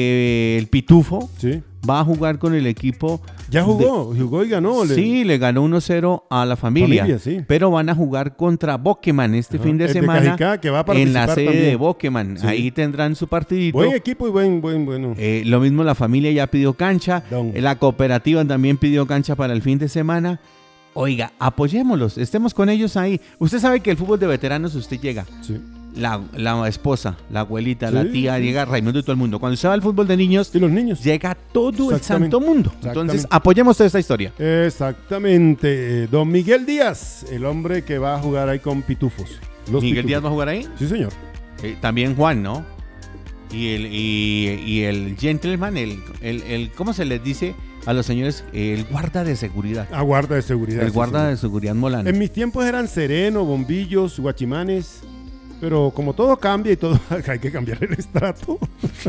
del Pitufo Sí. va a jugar con el equipo... Ya jugó. Jugó y ganó. de- le- Sí, le ganó uno cero a la familia, Familia, sí. pero van a jugar contra Bokeman este Ajá. fin de El de semana Cajicá, que va a en la participar sede también. de Bokeman. Sí. Ahí tendrán su partidito. Buen equipo y buen, buen, bueno. Eh, lo mismo la familia ya pidió cancha, Don. eh, la cooperativa también pidió cancha para el fin de semana. Oiga, apoyémoslos, estemos con ellos ahí. Usted sabe que el fútbol de veteranos usted llega, Sí. la, la esposa, la abuelita, Sí, la tía, sí. llega Raimundo y todo el mundo. Cuando usted va al fútbol de niños, Y los niños. llega todo el Exactamente. santo mundo. Exactamente. Entonces, apoyemos toda esta historia. Exactamente. Eh, Don Miguel Díaz, el hombre que va a jugar ahí con Pitufos. Los Miguel Pitufos. Díaz va a jugar ahí. Sí, señor. Eh, también Juan, ¿no? Y el, y, y el gentleman, el, el, el, ¿cómo se les dice a los señores? El guarda de seguridad. A guarda de seguridad. El sí, guarda señor. de seguridad Molano. En mis tiempos eran sereno, bombillos, guachimanes. Pero como todo cambia y todo, hay que cambiar el estrato.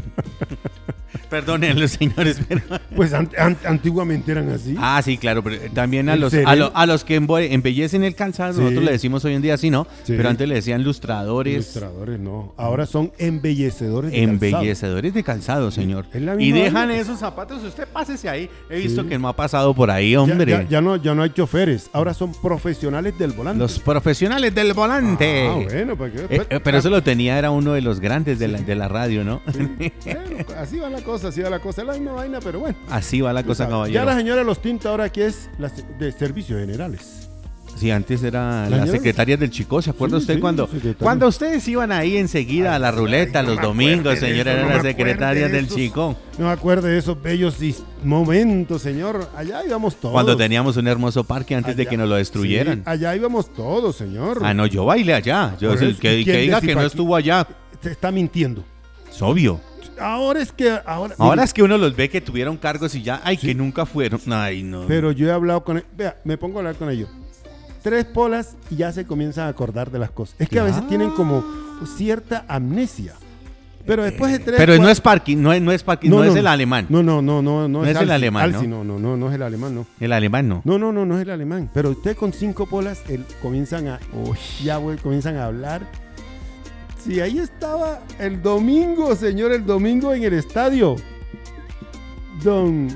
Perdonen los señores, pero... Pues an- an- antiguamente eran así. Ah, sí, claro, pero también a ¿En los, serio? a, lo- a los que embo- embellecen el calzado, Sí. nosotros le decimos hoy en día así, ¿no? Sí. Pero antes le decían lustradores, Ilustradores, no. Ahora son embellecedores de calzado. embellecedores de calzado, señor. es la Y misma dejan vaina. esos zapatos, usted pásese ahí. He visto Sí. que no ha pasado por ahí, Ya, hombre. ya- ya no, ya no hay choferes. Ahora son profesionales del volante. Los profesionales del volante. Ah, bueno, ¿para qué? Eh, eh, pero eso lo tenía, era uno de los grandes de la, de la radio, ¿no? Bueno, así va la cosa, así va la cosa. Es la misma vaina, pero bueno. Así va la cosa, Ya caballero. la señora Los Tinto ahora aquí es la se- de servicios generales. Sí, antes era La la señora- secretaria del Chico, ¿se acuerda Sí, usted sí, cuando, secretaria. cuando ustedes iban ahí enseguida a la ruleta Ay, no los me domingos, acuerde de señora, eso, eran no las me acuerde secretarias de del esos- Chico? No me acuerdo de esos bellos is- momentos, señor. Allá íbamos todos. Cuando teníamos un hermoso parque antes de Allá- que nos lo destruyeran. Sí, allá íbamos todos, señor. Ah, no, yo bailé allá. Yo, Por el eso, que, ¿y que quién diga que decipa no aquí? estuvo allá, Se está mintiendo. es obvio. Ahora es que. Ahora, Ahora mire, es que uno los ve que tuvieron cargos y ya, ay, Sí. que nunca fueron. Ay, no. Pero yo he hablado con. Vea, me pongo a hablar con ellos. Tres polas y ya se comienzan a acordar de las cosas. Es que a veces Claro. tienen como cierta amnesia. Pero después de tres. Pero no cuatro- es parking, no es, no es parking, no, es el alemán. No, no, no, no, no, No es el Alci. alemán, Alci, ¿no? no, no, no, no es el alemán, no. El alemán no. No, no, no, no es el alemán. Pero usted con cinco polas el, comienzan a. Ya, güey, comienzan a hablar. Si ahí estaba el domingo, señor, el domingo en el estadio. Don.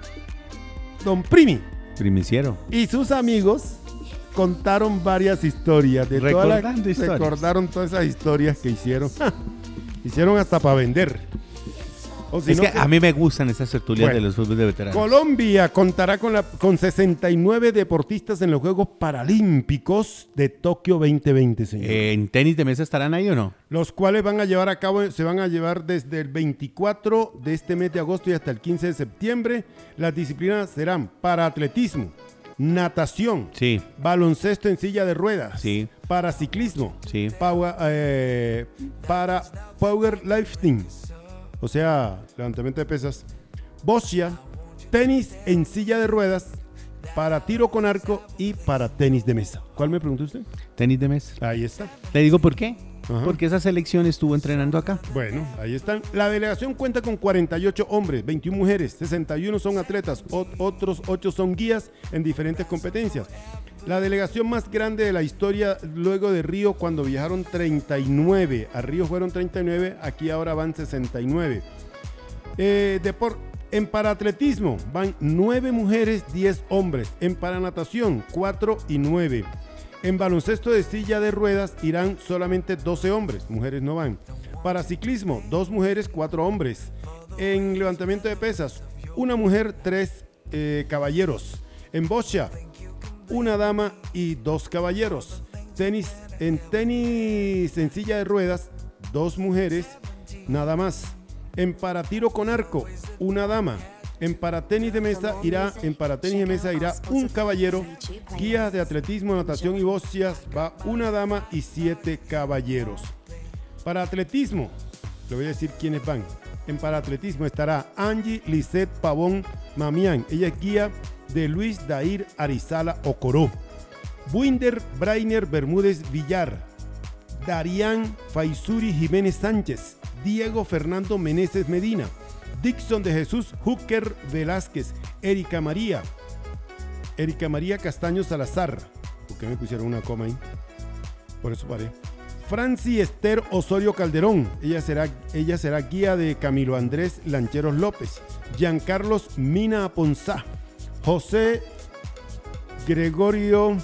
Don Primi Primiciero. y sus amigos contaron varias historias. De todas las- Recordando historias. Recordaron todas esas historias que hicieron. Hicieron hasta para vender. O si Es no, que a mí me gustan esas tertulias Bueno. de los fútbol de veteranos. Colombia contará con, la, con sesenta y nueve deportistas en los Juegos Paralímpicos de Tokio veinte veinte, señor. Eh, ¿En tenis de mesa estarán ahí o no? Los cuales van a llevar a cabo, se van a llevar desde el veinticuatro de este mes de agosto y hasta el quince de septiembre. Las disciplinas serán para atletismo, natación, Sí, baloncesto en silla de ruedas, Sí. para ciclismo, sí. power, eh, para powerlifting, o sea, levantamiento de pesas, boccia, tenis en silla de ruedas, para tiro con arco y para tenis de mesa. ¿Cuál me preguntó usted? Tenis de mesa. Ahí está. ¿Le digo por qué? Ajá. porque esa selección estuvo entrenando acá. Bueno, ahí están. La delegación cuenta con cuarenta y ocho hombres, veintiuna mujeres, sesenta y uno son atletas, o- otros ocho son guías en diferentes competencias. La delegación más grande de la historia luego de Río, cuando viajaron treinta y nueve. A Río fueron treinta y nueve, aquí ahora van sesenta y nueve. Eh, depor- en paraatletismo van nueve mujeres, diez hombres. En paranatación, cuatro y nueve. En baloncesto de silla de ruedas irán solamente doce hombres, mujeres no van. Para ciclismo, dos mujeres, cuatro hombres. En levantamiento de pesas, una mujer, tres eh, caballeros. En bocha, una dama y dos caballeros. Tenis, en tenis en silla de ruedas, dos mujeres, nada más. En paratiro con arco, una dama. En paratenis de mesa irá, en paratenis de mesa irá un caballero. Guías de atletismo, natación y bocias va una dama y siete caballeros. Para atletismo, le voy a decir quiénes van. En paraatletismo estará Angie Lisette Pavón Mamián. Ella es guía de Luis Dair Arizala Ocoró. Buinder Brainer Bermúdez Villar. Darían Faisuri Jiménez Sánchez. Diego Fernando Meneses Medina. Dixon de Jesús Hooker Velázquez. Erika María. Erika María Castaño Salazar. ¿Por qué me pusieron una coma ahí? Por eso paré. Franci Esther Osorio Calderón. Ella será, ella será guía de Camilo Andrés Lancheros López. Giancarlos Mina Aponzá. José Gregorio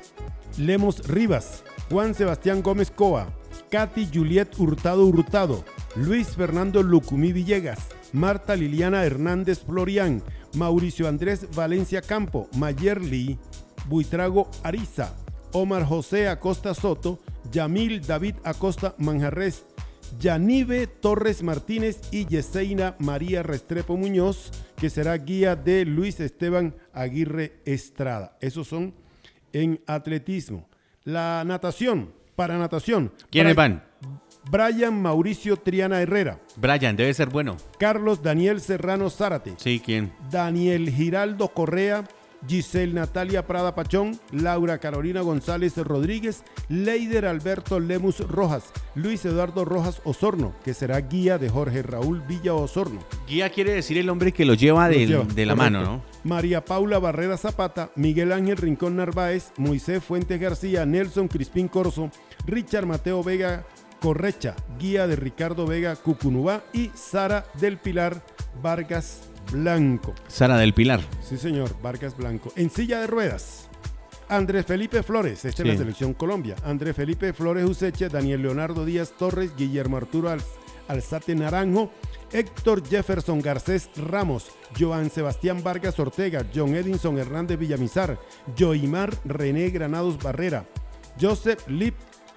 Lemos Rivas. Juan Sebastián Gómez Coa. Katy Juliet Hurtado Hurtado. Luis Fernando Lucumí Villegas. Marta Liliana Hernández Florián. Mauricio Andrés Valencia Campo. Mayerly Buitrago Ariza. Omar José Acosta Soto. Yamil David Acosta Manjarres. Yanive Torres Martínez y Yeseina María Restrepo Muñoz, que será guía de Luis Esteban Aguirre Estrada. Esos son en atletismo. La natación, para natación. ¿Quiénes Bra- van? Brian Mauricio Triana Herrera. Brian, debe ser bueno. Carlos Daniel Serrano Zárate. Sí, ¿quién? Daniel Giraldo Correa. Giselle Natalia Prada Pachón, Laura Carolina González Rodríguez, Leider Alberto Lemus Rojas, Luis Eduardo Rojas Osorno, que será guía de Jorge Raúl Villa Osorno. Guía quiere decir el hombre que lo lleva, Los del- lleva, de la correcto. mano, ¿no? María Paula Barrera Zapata, Miguel Ángel Rincón Narváez, Moisés Fuentes García, Nelson Crispín Corso, Richard Mateo Vega Correcha, guía de Ricardo Vega Cucunubá y Sara del Pilar Vargas Blanco. Sara del Pilar. Sí, señor, Vargas Blanco. En silla de ruedas, Andrés Felipe Flores, esta Sí. es la selección Colombia. Andrés Felipe Flores Useche, Daniel Leonardo Díaz Torres, Guillermo Arturo Al- Alzate Naranjo, Héctor Jefferson Garcés Ramos, Joan Sebastián Vargas Ortega, John Edinson Hernández Villamizar, Joimar René Granados Barrera, Joseph Lip,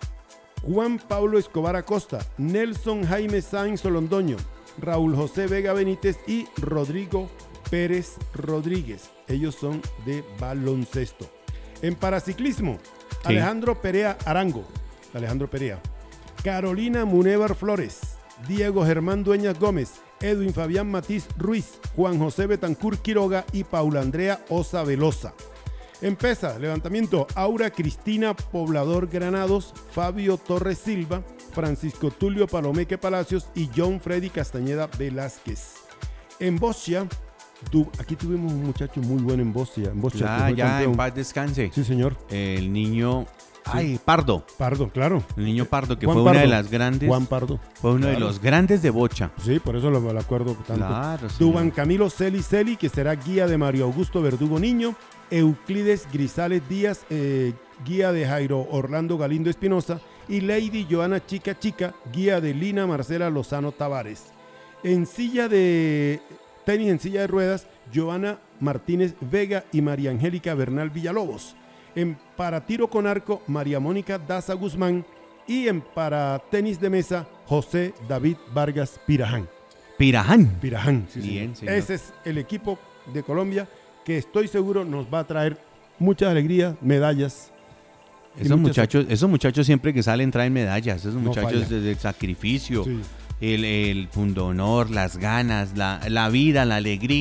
Juan Pablo Escobar Acosta, Nelson Jaime Sáenz Londoño, Raúl José Vega Benítez y Rodrigo Pérez Rodríguez. Ellos son de baloncesto. En paraciclismo, Sí. Alejandro Perea Arango. Alejandro Perea. Carolina Munévar Flores. Diego Germán Dueñas Gómez. Edwin Fabián Matiz Ruiz. Juan José Betancur Quiroga y Paula Andrea Osa Velosa. En pesa, levantamiento, Aura Cristina Poblador Granados, Fabio Torres Silva, Francisco Tulio Palomeque Palacios y John Freddy Castañeda Velázquez. En bocia, tu- aquí tuvimos un muchacho muy bueno en bocia. En bocia, que Ya, fue ya, campeón. en paz descanse. Sí, señor. El niño... Ay, Pardo. Pardo, claro. El niño Pardo, que Juan fue una de Pardo. las grandes... Juan Pardo. Fue uno de Claro. los grandes de bocha. Sí, por eso lo, lo acuerdo tanto. Claro, sí. Duban Camilo Celi Celi, que será guía de Mario Augusto Verdugo Niño. Euclides Grisales Díaz, eh, guía de Jairo Orlando Galindo Espinosa. Y Lady Joana Chica Chica, guía de Lina Marcela Lozano Tavares. En silla de tenis en silla de ruedas, Joana Martínez Vega y María Angélica Bernal Villalobos. En para tiro con arco, María Mónica Daza Guzmán. Y en para tenis de mesa, José David Vargas Piraján. Piraján. Piraján, sí, Bien, señor. señor. Ese es el equipo de Colombia que estoy seguro nos va a traer mucha alegría, medallas. y Esos muchas- muchachos, esos muchachos siempre que salen traen medallas. Esos No muchachos falla. de, de sacrificio, Sí. el, el pundonor, las ganas, la, la vida, la alegría.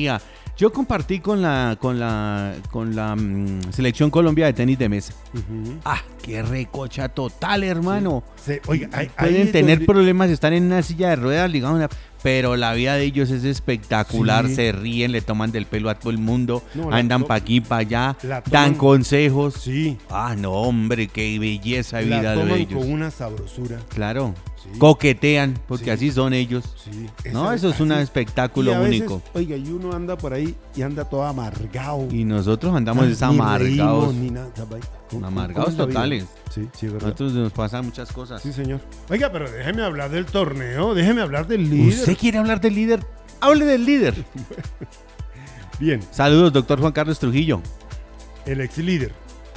Yo compartí con la con la con la mm, selección Colombia de tenis de mesa. Ujú. Ah, qué recocha total, hermano. Se- oiga, ahí- Pueden ahí es tener donde- problemas, están en una silla de ruedas, digamos, una- pero la vida de ellos es espectacular. Sí. Se ríen, le toman del pelo a todo el mundo, No, la andan to- para aquí, para allá, la dan toman- consejos. Sí, Ah, no, hombre, qué belleza de la vida de toman ellos. con una sabrosura. Claro, Sí. coquetean, porque Sí. así son ellos. Sí, No, esa- eso es un así. espectáculo Y a veces, único. oiga, y uno anda por ahí y anda todo amargado. Y nosotros andamos Ah, ni desamargados. reímos, ni nada. ¿Cómo- Amargados cómo es la vida? totales. Sí, sí, es verdad. Nosotros nos pasan muchas cosas. Sí, señor. Oiga, pero déjeme hablar del torneo, déjeme hablar del líder. ¿Usted quiere hablar del líder? Hable del líder. Bien, Saludos, doctor Juan Carlos Trujillo. el ex líder.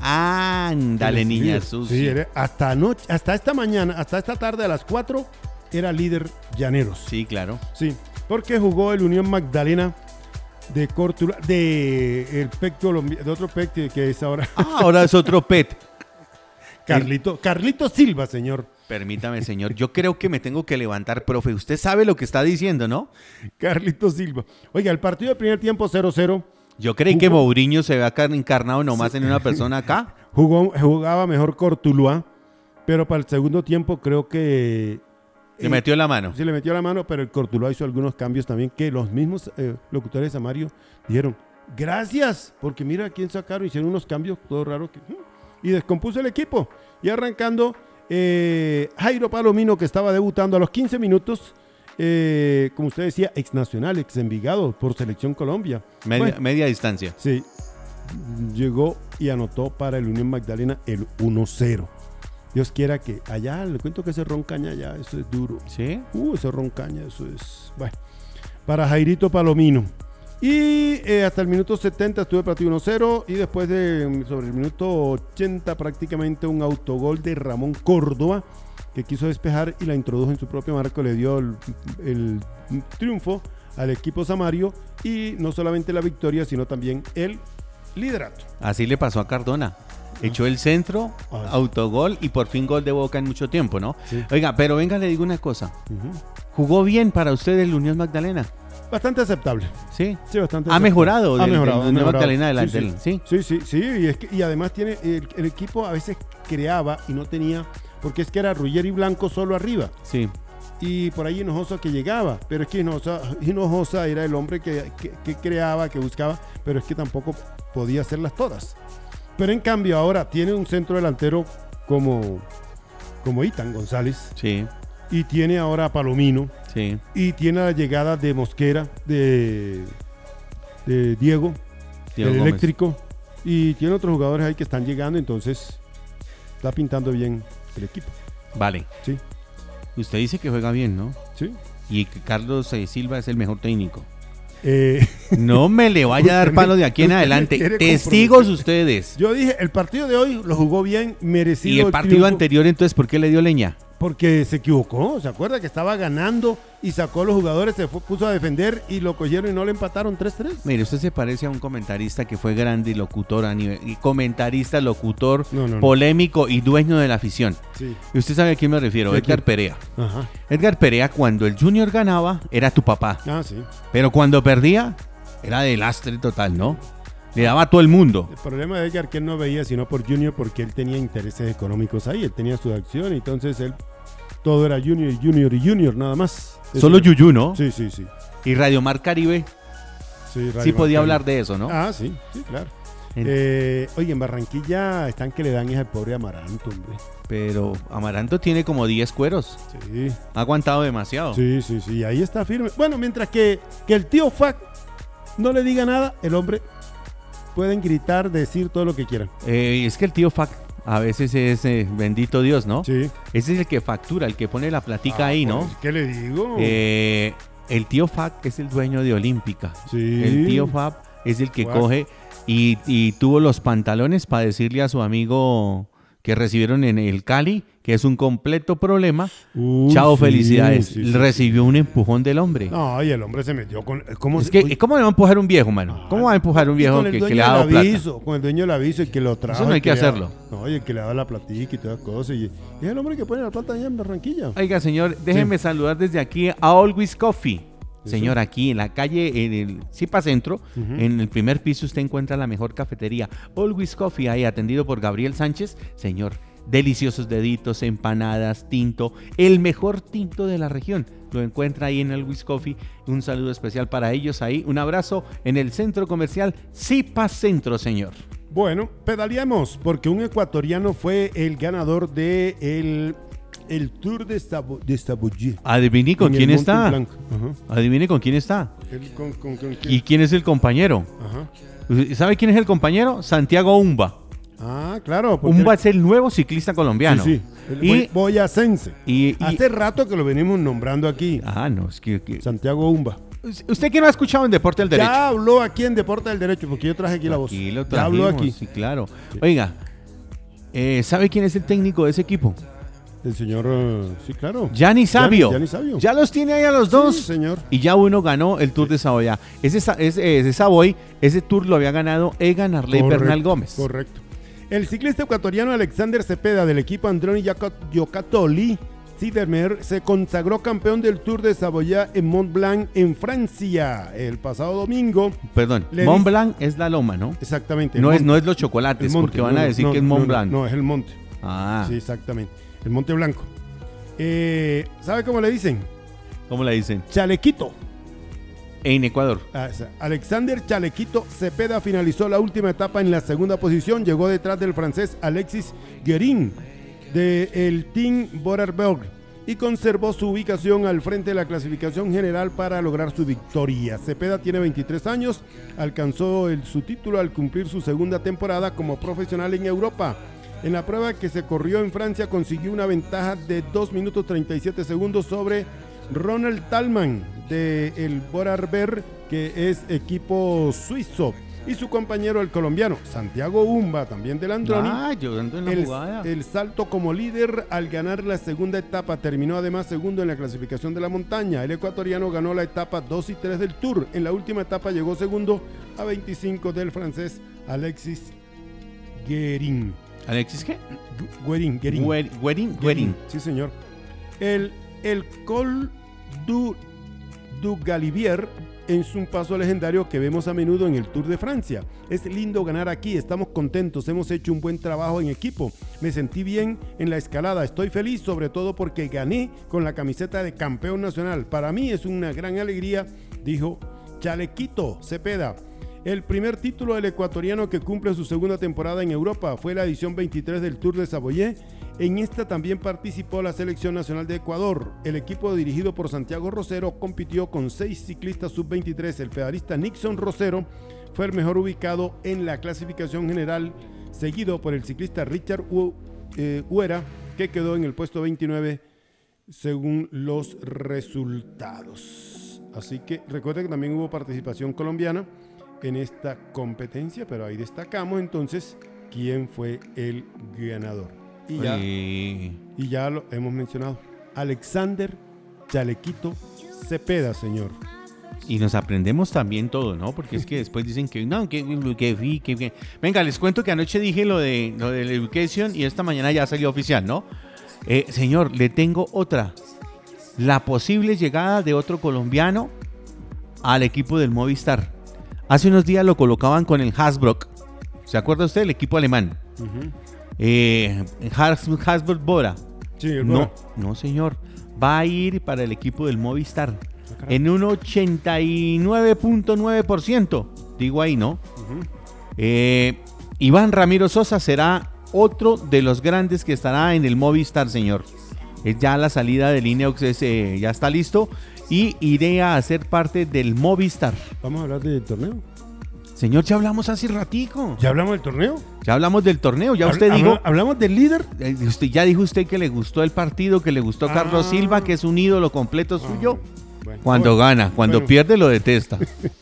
Ándale, El niña líder. sucia. Sí, era- hasta anoche, hasta esta mañana, hasta esta tarde a las cuatro, era líder Llaneros. Sí, claro. Sí, porque jugó el Unión Magdalena de Córtula, de el P E C Colombia, de otro P E C que es ahora Ah, ahora es otro pet. Carlito, Carlito Silva, señor. Permítame, señor. Yo creo que me tengo que levantar, profe. Usted sabe lo que está diciendo, ¿no? Carlito Silva. Oiga, el partido de primer tiempo cero cero. Yo creí que Mourinho se había car- encarnado nomás en una persona acá. Jugó, jugaba mejor Cortuluá, pero para el segundo tiempo creo que Le eh, metió la mano. sí le metió la mano, pero el Cortuluá hizo algunos cambios también que los mismos eh, locutores de Samario dijeron, gracias, porque mira quién sacaron, hicieron unos cambios todo raros que, y descompuso el equipo. Y arrancando eh, Jairo Palomino, que estaba debutando a los quince minutos, eh, como usted decía, ex nacional, ex Envigado por Selección Colombia. Media, Bueno, media distancia. sí, llegó y anotó para el Unión Magdalena el uno cero. Dios quiera que allá, le cuento que ese roncaña allá, eso es duro. ¿Sí? Uh, ese roncaña, eso es... Bueno, para Jairito Palomino. Y eh, hasta el minuto setenta estuvo el partido uno cero y después de sobre el minuto ochenta prácticamente un autogol de Ramón Córdoba que quiso despejar y la introdujo en su propio marco, le dio el, el triunfo al equipo Samario y no solamente la victoria sino también el liderato. Así le pasó a Cardona. Echó el centro, Ah, sí. autogol y por fin gol de Boca en mucho tiempo, ¿no? Sí. Oiga, pero venga, le digo una cosa. Ujú. ¿Jugó bien para usted el Unión Magdalena? Bastante aceptable. Sí. Sí, bastante Ha aceptable. mejorado Ha del- mejorado, del ha Unión mejorado. Magdalena Sí, delante sí. del- sí. Sí, sí, sí, y, es que- y además tiene el, el equipo a veces creaba y no tenía, porque es que era Ruggeri Blanco solo arriba Sí. y por ahí Hinojosa que llegaba, pero es que Hinojosa, Hinojosa era el hombre que, que- que creaba, que buscaba, pero es que tampoco podía hacerlas todas. Pero en cambio ahora tiene un centro delantero como, como Itan González Sí. y tiene ahora a Palomino Sí. y tiene la llegada de Mosquera, de, de Diego, Diego el Gómez. eléctrico, y tiene otros jugadores ahí que están llegando, entonces está pintando bien el equipo. Vale. Sí, Usted dice que juega bien, ¿no? sí. Y que Carlos eh, Silva es el mejor técnico. Eh, No me le vaya a dar Usted me- palo de aquí en usted me adelante. quiere Testigos comprometer. ustedes. yo dije, el partido de hoy lo jugó bien, merecido. Y el partido triunfo, anterior, entonces, ¿por qué le dio leña? porque se equivocó, ¿se acuerda que estaba ganando y sacó a los jugadores, se fue- puso a defender y lo cogieron y no le empataron tres tres? Mire, usted se parece a un comentarista que fue grande y locutor a nivel, y comentarista, locutor, No, no, no. polémico y dueño de la afición. Sí. Y usted sabe a quién me refiero, ¿A Edgar quién? Perea. Ajá. Edgar Perea, cuando el Junior ganaba, era tu papá. Ah, sí. Pero cuando perdía, era de lastre total, ¿no? Le daba a todo el mundo. El problema de Edgar que él no veía sino por Junior porque él tenía intereses económicos ahí, él tenía su acción, entonces él todo era Junior y Junior y Junior nada más. Solo Eso- Yuyu, ¿no? Sí, sí, sí. Y Radio Mar Caribe Sí, Radio sí podía Marcari. hablar de eso, ¿no? Ah, sí, sí, claro. En- Eh, oye, en Barranquilla están que le dan es al pobre Amaranto, hombre. Pero Amaranto tiene como diez cueros. Sí, Ha aguantado demasiado. sí, sí, sí, ahí está firme. Bueno, mientras que, que el tío Fac no le diga nada, el hombre pueden gritar, decir todo lo que quieran. Eh, es que el tío Fac a veces es eh, bendito Dios, ¿no? Sí. Ese es el que factura, el que pone la platica Ah, ahí, ¿no? pues, ¿qué le digo? Eh, el tío Fac es el dueño de Olímpica. sí. El tío Fab es el que Fac. coge y, y tuvo los pantalones para decirle a su amigo que recibieron en el Cali que es un completo problema. Uy, Chao, sí, felicidades. sí, sí, Recibió un empujón del hombre. No, y el hombre se metió con... ¿cómo Es se- que, oye, ¿cómo le va a empujar un viejo, mano? ¿Cómo va a empujar un y viejo con el que, que dueño le ha del dado plata? aviso, con el dueño del aviso y que lo trajo. Eso no hay y que le da- hacerlo. No, y el que le da la platica y todas las cosas. Y, y es el hombre que pone la plata allá en Barranquilla. Oiga, señor, déjeme saludar desde aquí a Always Coffee. Señor, aquí en la calle, en el Zipa Centro, uh-huh. en el primer piso usted encuentra la mejor cafetería. Always Coffee, ahí atendido por Gabriel Sánchez. Señor, deliciosos deditos, empanadas, tinto, el mejor tinto de la región. Lo encuentra ahí en Always Coffee. Un saludo especial para ellos ahí. Un abrazo en el centro comercial Zipa Centro, señor. Bueno, pedaleamos porque un ecuatoriano fue el ganador de el, el Tour de, Sabo, de Saboyé. Adivine con quién está. Adivine con quién está. El, con, con, con, ¿Y quién es el compañero? Ajá. ¿Sabe quién es el compañero? Santiago Umba. Ah, claro. Umba es el nuevo ciclista colombiano. Sí, sí. El y, boyacense. Y, y, Hace rato que lo venimos nombrando aquí. Ah, no, es que... que... Santiago Umba. ¿Usted quién no ha escuchado en Deporte del Derecho? Ya habló aquí en Deporte del Derecho, porque yo traje aquí la voz. Aquí lo trajimos, ya habló aquí. Sí, claro. Sí. Oiga, eh, ¿sabe quién es el técnico de ese equipo? El señor, uh, sí, claro. Gianni Savio. Gianni Savio. Ya los tiene ahí a los dos. Sí, señor. Y ya uno ganó el Tour sí. de Saboya. Ese, ese, ese Savoy, ese Tour lo había ganado Egan Arley Bernal Gómez. Correcto. El ciclista ecuatoriano Alexander Cepeda del equipo Androni Giocattoli Sidermer se consagró campeón del Tour de Saboya en Mont Blanc, en Francia, el pasado domingo. Perdón, Mont dice... Blanc es la loma, ¿no? Exactamente. No es, no es los chocolates, monte, porque van no, a decir no, que es Mont no, Blanc. No, no, es el monte. Ah. Sí, exactamente. El Monte Blanco. Eh, ¿Sabe cómo le dicen? ¿Cómo le dicen? Chalequito. En Ecuador. Ah, Alexander Chalequito Cepeda finalizó la última etapa en la segunda posición. Llegó detrás del francés Alexis Guérin del Team Vorarlberg y conservó su ubicación al frente de la clasificación general para lograr su victoria. Cepeda tiene veintitrés años, alcanzó el, su título al cumplir su segunda temporada como profesional en Europa. En la prueba que se corrió en Francia consiguió una ventaja de dos minutos treinta y siete segundos sobre Ronald Thalmann del Vorarlberg, que es equipo suizo, y su compañero el colombiano Santiago Umba, también del Androni. Ah, yo ando en la el, jugada. el salto como líder al ganar la segunda etapa, terminó además segundo en la clasificación de la montaña. El ecuatoriano ganó la etapa dos y tres del Tour. En la última etapa llegó segundo a veinticinco del francés Alexis Guérin. ¿Alexis qué? Guérin, Guérin. Guérin, Guérin. Sí, señor. El, el Col du, du Galibier es un paso legendario que vemos a menudo en el Tour de Francia. Es lindo ganar aquí, estamos contentos, hemos hecho un buen trabajo en equipo. Me sentí bien en la escalada, estoy feliz sobre todo porque gané con la camiseta de campeón nacional. Para mí es una gran alegría, dijo Chalequito Cepeda. El primer título del ecuatoriano que cumple su segunda temporada en Europa fue la edición veintitrés del Tour de Saboyé. En esta también participó la selección nacional de Ecuador. El equipo dirigido por Santiago Rosero compitió con seis ciclistas sub veintitrés. El pedalista Nixon Rosero fue el mejor ubicado en la clasificación general, seguido por el ciclista Richard U- eh, Huera, que quedó en el puesto veintinueve según los resultados. Así que recuerden que también hubo participación colombiana en esta competencia, pero ahí destacamos entonces quién fue el ganador. Y ya, y ya lo hemos mencionado. Alexander Chalequito Cepeda, señor. Y nos aprendemos también todo, ¿no? Porque es que después dicen que no, que, que, que, que, que. Venga, les cuento que anoche dije lo de lo de la education y esta mañana ya salió oficial, ¿no? Eh, señor, le tengo otra. La posible llegada de otro colombiano al equipo del Movistar. Hace unos días lo colocaban con el Hasbrook. ¿Se acuerda usted? El equipo alemán. Uh-huh. Eh, Has, Hasbrook Bora. Sí, el Bora. No, no, señor. Va a ir para el equipo del Movistar. Ah, en un ochenta y nueve punto nueve por ciento. Digo ahí, ¿no? Uh-huh. Eh, Iván Ramiro Sosa será otro de los grandes que estará en el Movistar, señor. Es ya la salida del Ineos, eh, ya está listo. Y iré a ser parte del Movistar. ¿Vamos a hablar del torneo? Señor, ya hablamos hace ratico. ¿Ya hablamos del torneo? Ya hablamos del torneo, ya Habl- usted dijo... ¿Hablamos del líder? Eh, usted, ya dijo usted que le gustó el partido, que le gustó ah, Carlos Silva, que es un ídolo completo suyo. Ah, bueno, cuando bueno, gana, cuando bueno. pierde lo detesta.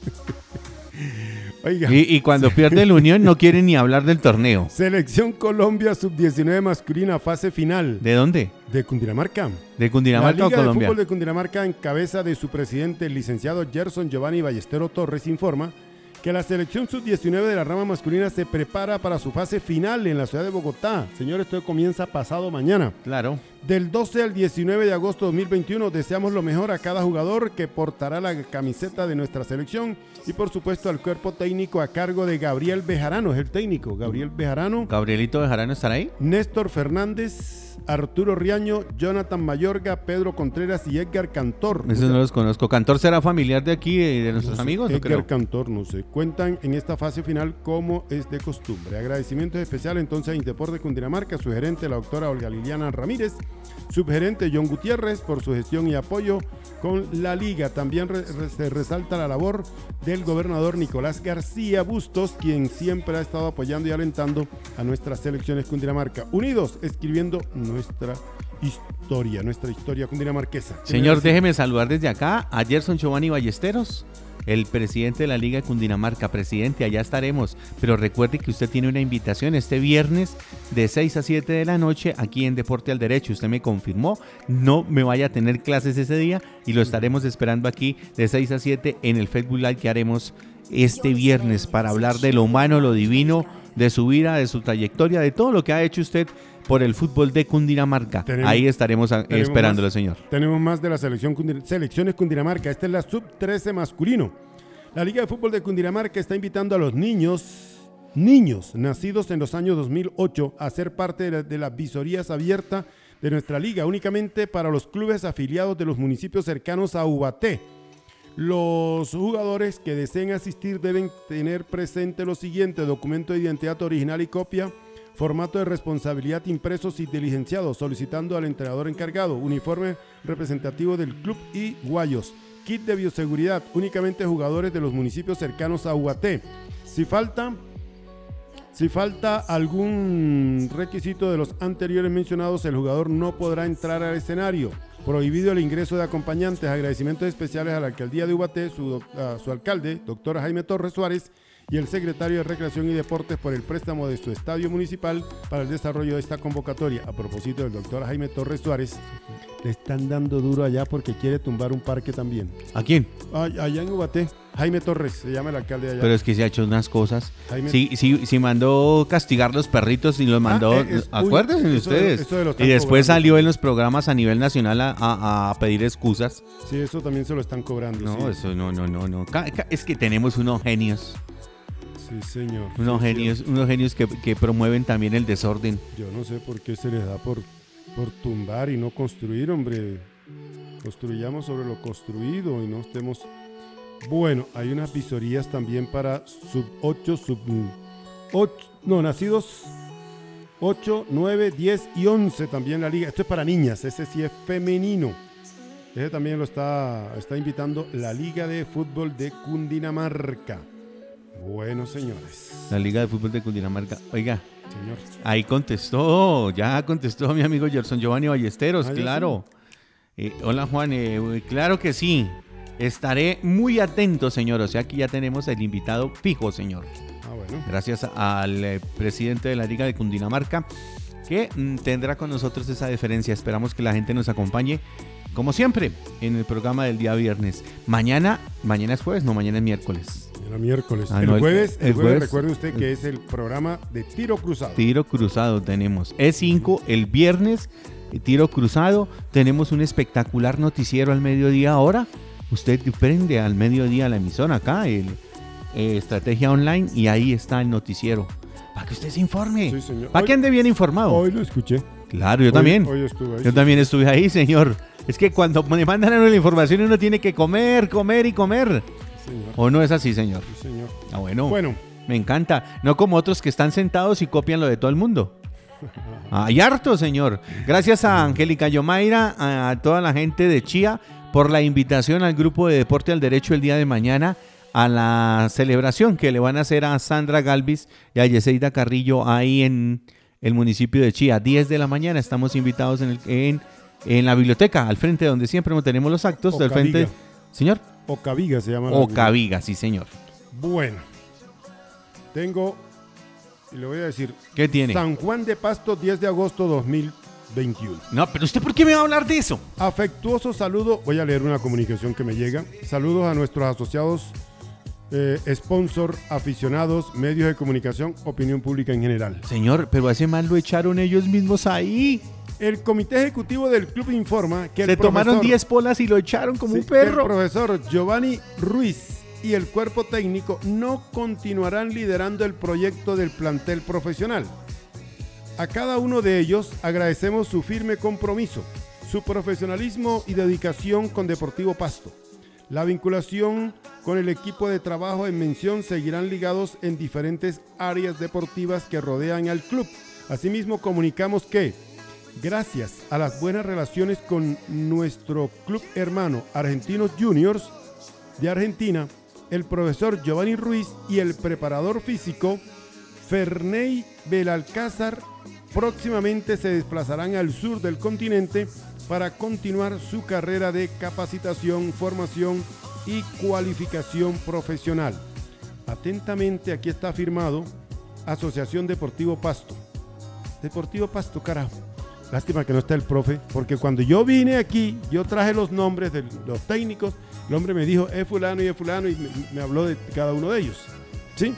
Oiga. Y, y cuando pierde la Unión no quiere ni hablar del torneo. Selección Colombia sub diecinueve masculina, fase final. ¿De dónde? De Cundinamarca. ¿De Cundinamarca la Liga o Colombia? de Fútbol de Cundinamarca, en cabeza de su presidente, el licenciado Gerson Giovanni Ballestero Torres, informa que la selección sub diecinueve de la rama masculina se prepara para su fase final en la ciudad de Bogotá. Señor, esto comienza pasado mañana. Claro. Del doce al diecinueve de agosto de dos mil veintiuno deseamos lo mejor a cada jugador que portará la camiseta de nuestra selección y por supuesto al cuerpo técnico a cargo de Gabriel Bejarano, es el técnico, Gabriel Bejarano. ¿Gabrielito Bejarano estará ahí? Néstor Fernández, Arturo Riaño, Jonathan Mayorga, Pedro Contreras y Edgar Cantor. Esos no los conozco. ¿Cantor será familiar de aquí, de, de nuestros no sé, amigos? Edgar No creo. Cantor, no sé. Cuentan en esta fase final como es de costumbre. Agradecimientos especiales entonces a Interdeporte Cundinamarca, su gerente, la doctora Olga Liliana Ramírez, subgerente John Gutiérrez por su gestión y apoyo con la liga. También re, re, se resalta la labor del gobernador Nicolás García Bustos, quien siempre ha estado apoyando y alentando a nuestras selecciones Cundinamarca. Unidos, escribiendo nuestra historia, nuestra historia cundinamarquesa. Señor, déjeme saludar desde acá a Gerson Giovanni Ballesteros, el presidente de la Liga de Cundinamarca. Presidente, allá estaremos, pero recuerde que usted tiene una invitación este viernes de seis a siete de la noche aquí en Deporte al Derecho. Usted me confirmó, no me vaya a tener clases ese día y lo estaremos esperando aquí de seis a siete en el Facebook Live que haremos este viernes para hablar de lo humano, lo divino, de su vida, de su trayectoria, de todo lo que ha hecho usted por el fútbol de Cundinamarca. Tenemos, Ahí estaremos a, tenemos esperándolo, más, señor. Tenemos más de la selección selecciones Cundinamarca. Esta es la sub trece masculino. La Liga de Fútbol de Cundinamarca está invitando a los niños, niños nacidos en los años dos mil ocho a ser parte de, la, de las visorías abiertas de nuestra liga, únicamente para los clubes afiliados de los municipios cercanos a Ubaté. Los jugadores que deseen asistir deben tener presente lo siguiente: documento de identidad original y copia, formato de responsabilidad impresos y diligenciados, solicitando al entrenador encargado, uniforme representativo del club y guayos, kit de bioseguridad, únicamente jugadores de los municipios cercanos a Ubaté. Si falta, si falta algún requisito de los anteriores mencionados, el jugador no podrá entrar al escenario. Prohibido el ingreso de acompañantes. Agradecimientos especiales a la alcaldía de Ubaté, su, a su alcalde, doctor Jaime Torres Suárez, y el secretario de Recreación y Deportes por el préstamo de su estadio municipal para el desarrollo de esta convocatoria. A propósito del doctor Jaime Torres Suárez, le están dando duro allá porque quiere tumbar un parque también. ¿A quién? Ah, allá en Ubaté, Jaime Torres, se llama el alcalde de allá. Pero es que se ha hecho unas cosas. Jaime... Sí, sí, sí mandó castigar los perritos y los mandó, ah, es, acuérdense uy, ustedes. Eso de, eso de y después cobrando. Salió en los programas a nivel nacional a, a, a pedir excusas. Sí, eso también se lo están cobrando. No, sí. eso no, no, no, no. Es que tenemos unos genios. Sí, señor. Unos sí, genios, sí. unos genios que, que promueven también el desorden. Yo no sé por qué se les da por, por tumbar y no construir, hombre. Construyamos sobre lo construido y no estemos... Bueno, hay unas visorías también para sub ocho, sub ocho, no, nacidos ocho, nueve, diez y once también la liga. Esto es para niñas, ese sí es femenino. Ese también lo está, está invitando la Liga de Fútbol de Cundinamarca. Bueno, señores. La Liga de Fútbol de Cundinamarca. Oiga, Señor. ahí contestó, ya contestó mi amigo Gerson Giovanni Ballesteros, Ah, claro. Eh, hola Juan, eh, claro que sí. Estaré muy atento, señor. O sea que ya tenemos el invitado fijo, señor. Ah, bueno. Gracias al eh, presidente de la Liga de Cundinamarca, que mm, tendrá con nosotros esa deferencia. Esperamos que la gente nos acompañe, como siempre, en el programa del día viernes. Mañana, mañana es jueves, no, mañana es miércoles. Era miércoles. Ah, el, no, el- jueves, el, el jueves, jueves- recuerde usted que es el programa de tiro cruzado. Tiro cruzado tenemos. E cinco el viernes, eh, tiro cruzado. Tenemos un espectacular noticiero al mediodía ahora. Usted prende al mediodía la emisora acá, el eh, Estrategia Online, y ahí está el noticiero. Para que usted se informe. Sí, señor. Para que Hoy- ande bien informado. Hoy lo escuché. Claro, yo Hoy- también. Hoy estuve ahí. Yo también estuve ahí, señor. Es que cuando me mandan a uno la información, uno tiene que comer, comer y comer. Sí, señor. ¿O no es así, señor? Sí, señor. Ah, bueno. Bueno, Me encanta. No como otros que están sentados y copian lo de todo el mundo. Hay harto, señor. Gracias a Angélica Yomaira, a toda la gente de Chía, por la invitación al grupo de Deporte al Derecho el día de mañana a la celebración que le van a hacer a Sandra Galvis y a Yeseida Carrillo ahí en el municipio de Chía. diez de la mañana estamos invitados en, el, en, en la biblioteca, al frente donde siempre tenemos los actos. Del frente, señor. Ocaviga se llama. la- Ocaviga, sí, señor. Bueno, tengo, y le voy a decir, ¿Qué tiene? San Juan de Pasto, diez de agosto dos mil veintiuno. No, pero ¿usted por qué me va a hablar de eso? Afectuoso saludo, voy a leer una comunicación que me llega. Saludos a nuestros asociados, eh, sponsor, aficionados, medios de comunicación, opinión pública en general. Señor, pero a ese man lo echaron ellos mismos ahí. El comité ejecutivo del club informa que Se el tomaron profesor- diez polas y lo echaron como Sí, un que el perro. profesor Giovanni Ruiz y el cuerpo técnico no continuarán liderando el proyecto del plantel profesional. A cada uno de ellos agradecemos su firme compromiso, su profesionalismo y dedicación con Deportivo Pasto. La vinculación con el equipo de trabajo en mención seguirán ligados en diferentes áreas deportivas que rodean al club. Asimismo, comunicamos que, gracias a las buenas relaciones con nuestro club hermano Argentinos Juniors de Argentina, el profesor Giovanni Ruiz y el preparador físico Ferney Belalcázar próximamente se desplazarán al sur del continente para continuar su carrera de capacitación, formación y cualificación profesional. Atentamente, aquí está firmado Asociación Deportivo Pasto. Deportivo Pasto, carajo. Lástima que no está el profe, porque cuando yo vine aquí, yo traje los nombres de los técnicos, el hombre me dijo, es fulano y es fulano, y me, me habló de cada uno de ellos. ¿Sí?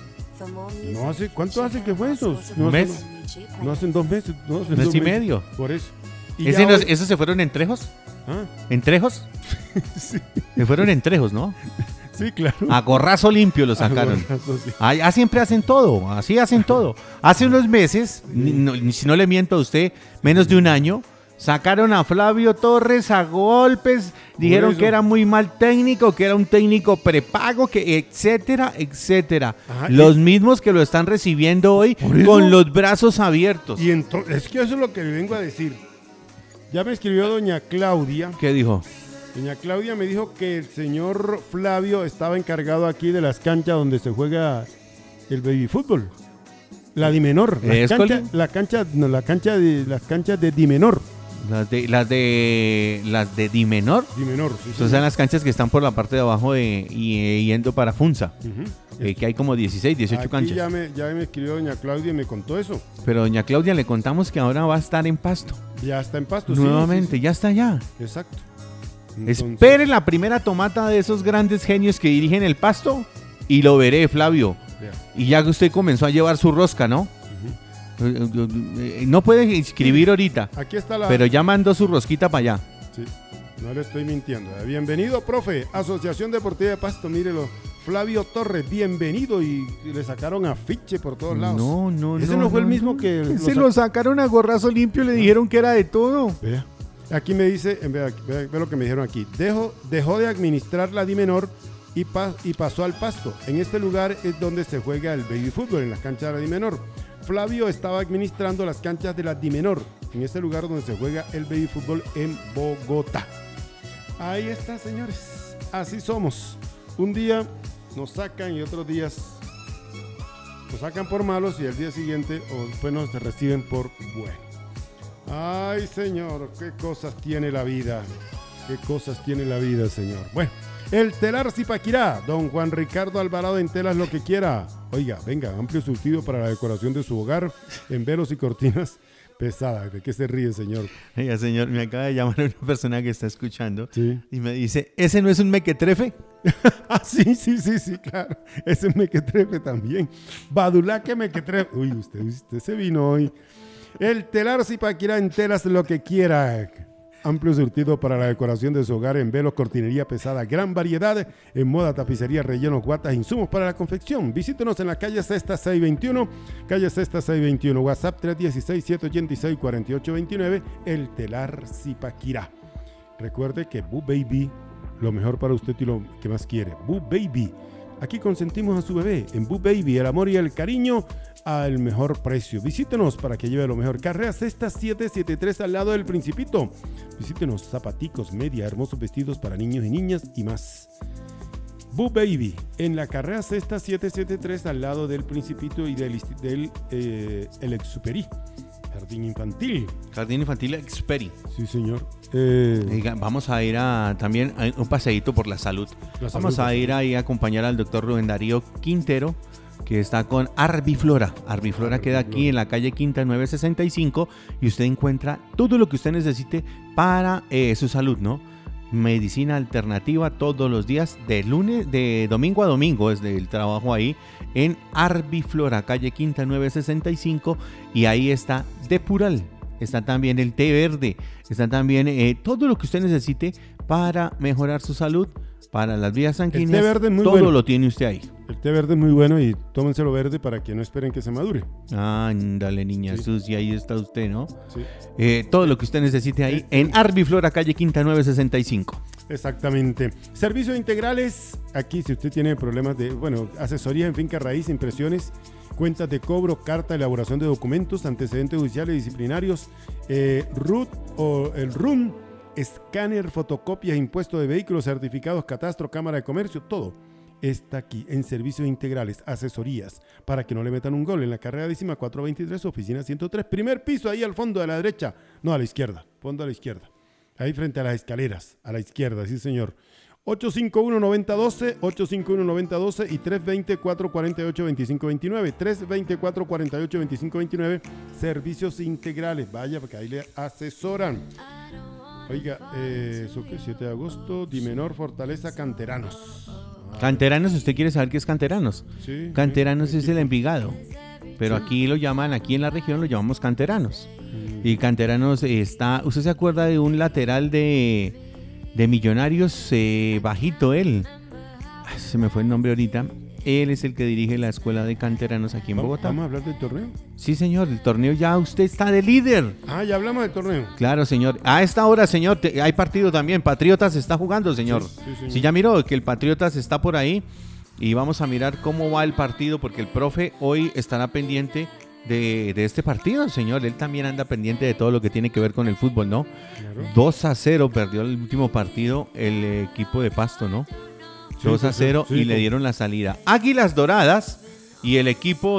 No hace, ¿cuánto hace que fue eso? No ¿Un hace- mes? No hacen dos meses. No hacen Mes dos y meses. medio. Por eso. Y ¿Ese ya no- hoy- ¿Esos se fueron en Trejos? Ah, ¿En Trejos? sí, Se fueron en Trejos, ¿no? sí, claro. A gorrazo limpio lo sacaron. Ah, gorrazo, sí. Ah, ya siempre hacen todo, así hacen todo. Hace unos meses, ni- no- ni- si no le miento a usted, menos de un año, sacaron a Flavio Torres a golpes, dijeron eso. que era muy mal técnico, que era un técnico prepago, que etcétera, etcétera. Ajá, Los y- mismos que lo están recibiendo hoy Por eso. con los brazos abiertos. Y entonces, es que eso es lo que le vengo a decir. Ya me escribió doña Claudia. ¿Qué dijo? Doña Claudia me dijo que el señor Flavio estaba encargado aquí de las canchas donde se juega el baby fútbol. La Dimenor. Las ¿Escoli? canchas, la cancha, no, la cancha de las canchas de Dimenor. Las de las de las de Dimenor. Dimenor, sí, sí. Esas son las canchas que están por la parte de abajo de, y eh, yendo para Funza, Ujú. eh, que hay como dieciséis, dieciocho Aquí canchas. Ya me, ya me escribió doña Claudia y me contó eso. Pero doña Claudia le contamos que ahora va a estar en Pasto. Ya está en Pasto. sí, Nuevamente, sí, ya está allá. sí. Exacto. Entonces, Espere la primera tomata de esos grandes genios que dirigen el Pasto y lo veré, Flavio. vea, Y ya que usted comenzó a llevar su rosca, ¿no? ujú. Eh, eh, No puede inscribir ahorita, Aquí está la... pero ya mandó su rosquita para allá. Sí, no le estoy mintiendo. Bienvenido, profe. Asociación Deportiva de Pasto, mírelo. Flavio Torres, bienvenido. Y le sacaron afiche por todos lados. No, no, Ese no. no, fue el no, mismo no. que... Se lo lo sacaron a gorrazo limpio y le dijeron que era de todo. Vea. Aquí me dice, en vea, vea- vea lo que me dijeron aquí. Dejó, dejó de administrar la Dimenor y, pa- y pasó al Pasto. En este lugar es donde se juega el baby fútbol, en las canchas de la Dimenor. Flavio estaba administrando las canchas de la Dimenor, en este lugar donde se juega el baby fútbol en Bogotá. Ahí está, señores. Así somos. Un día nos sacan y otros días nos sacan por malos y al día siguiente o después nos reciben por buenos. Ay, señor, qué cosas tiene la vida. Qué cosas tiene la vida, señor. Bueno, el telar Zipaquirá, don Juan Ricardo Alvarado en telas lo que quiera. Oiga, venga, amplio surtido para la decoración de su hogar en velos y cortinas pesadas. ¿De qué se ríe, señor? Oiga, señor, me acaba de llamar una persona que está escuchando Sí. y me dice, ¿ese no es un mequetrefe? Ah, sí, sí, sí, sí, claro. Ese mequetrefe también. Badulaque mequetrefe. Uy, usted, usted se vino hoy. El telar Zipaquirá en telas lo que quiera. Amplio surtido para la decoración de su hogar en velos, cortinería pesada, gran variedad en moda, tapicería, rellenos, guatas, insumos para la confección. Visítenos en la calle Sexta seiscientos veintiuno, calle Sexta seiscientos veintiuno, WhatsApp tres uno seis, siete ocho seis, cuatro ocho dos nueve, el telar Zipaquirá. Recuerde que Boo Baby, lo mejor para usted y lo que más quiere. Boo Baby. Aquí consentimos a su bebé. En Boo Baby, el amor y el cariño al mejor precio. Visítenos para que lleve lo mejor. Carrera Sexta setecientos setenta y tres al lado del Principito. Visítenos, zapaticos, media, hermosos vestidos para niños y niñas y más. Boo Baby, en la Carrera Sexta setecientos setenta y tres al lado del Principito y del, del eh, el Exuperí. Jardín infantil. Jardín Infantil Experi. Sí, señor. Eh, Oiga, vamos a ir a también a un paseíto por la salud. La salud, Vamos a por ir ahí a acompañar al doctor Rubén Darío Quintero, que está con Arbiflora. Arbiflora queda aquí en la calle Quinta nueve sesenta y cinco y usted encuentra todo lo que usted necesite para eh, su salud, ¿no? Medicina alternativa todos los días, de lunes, de domingo a domingo, es del trabajo ahí en Arbiflora, calle Quinta nueve sesenta y cinco, y ahí está Depural. está también el té verde, está también eh, todo lo que usted necesite para mejorar su salud, para las vías sanguíneas. El té verde es muy todo bueno. lo tiene usted ahí. El té verde es muy bueno y tómenselo verde para que no esperen que se madure. Ándale, niña Sí. sucia, ahí está usted, ¿no? Sí. Eh, todo lo que usted necesite ahí en Arbiflora, calle Quinta nueve sesenta y cinco. Exactamente. Servicios integrales. Aquí, si usted tiene problemas de, bueno, asesoría en finca raíz, impresiones, cuentas de cobro, carta, elaboración de documentos, antecedentes judiciales y disciplinarios, eh, R U T o el R U M, escáner, fotocopias, impuesto de vehículos, certificados, catastro, cámara de comercio, todo está aquí en servicios integrales, asesorías, para que no le metan un gol en la carrera décima cuatrocientos veintitrés, oficina ciento tres, primer piso, ahí al fondo de la derecha, no, a la izquierda, fondo a la izquierda, ahí frente a las escaleras, a la izquierda, sí señor. ocho cinco uno, nueve cero uno dos, ocho cinco uno, nueve cero uno dos y tres dos cero, cuatro cuatro ocho, dos cinco dos nueve, tres dos cero, cuatro cuatro ocho, dos cinco dos nueve, servicios integrales, vaya, porque ahí le asesoran. Oiga, eh, ¿eso qué? siete de agosto, Dimenor, Fortaleza, Canteranos. Ah, Canteranos, ¿usted quiere saber qué es Canteranos? sí, Canteranos sí, es el Envigado, pero aquí lo llaman, aquí en la región lo llamamos Canteranos. Mm. Y Canteranos está, ¿usted se acuerda de un lateral de, de Millonarios eh, bajito él? Ay, se me fue el nombre ahorita. Él es el que dirige la escuela de canteranos aquí en Bogotá. ¿Vamos a hablar del torneo? Sí, señor, el torneo ya usted está de líder. Ah, ya hablamos del torneo. Claro, señor. A esta hora, señor, te- hay partido también. Patriotas está jugando, señor. Sí, sí, señor. Sí, ya miró que el Patriotas está por ahí y vamos a mirar cómo va el partido porque el profe hoy estará pendiente de, de este partido, señor. Él también anda pendiente de todo lo que tiene que ver con el fútbol, ¿no? Claro. dos a cero perdió el último partido el eh, equipo de Pasto, ¿no? Sí, dos a sí, cero sí, y sí, le con- dieron la salida. Águilas Doradas y el equipo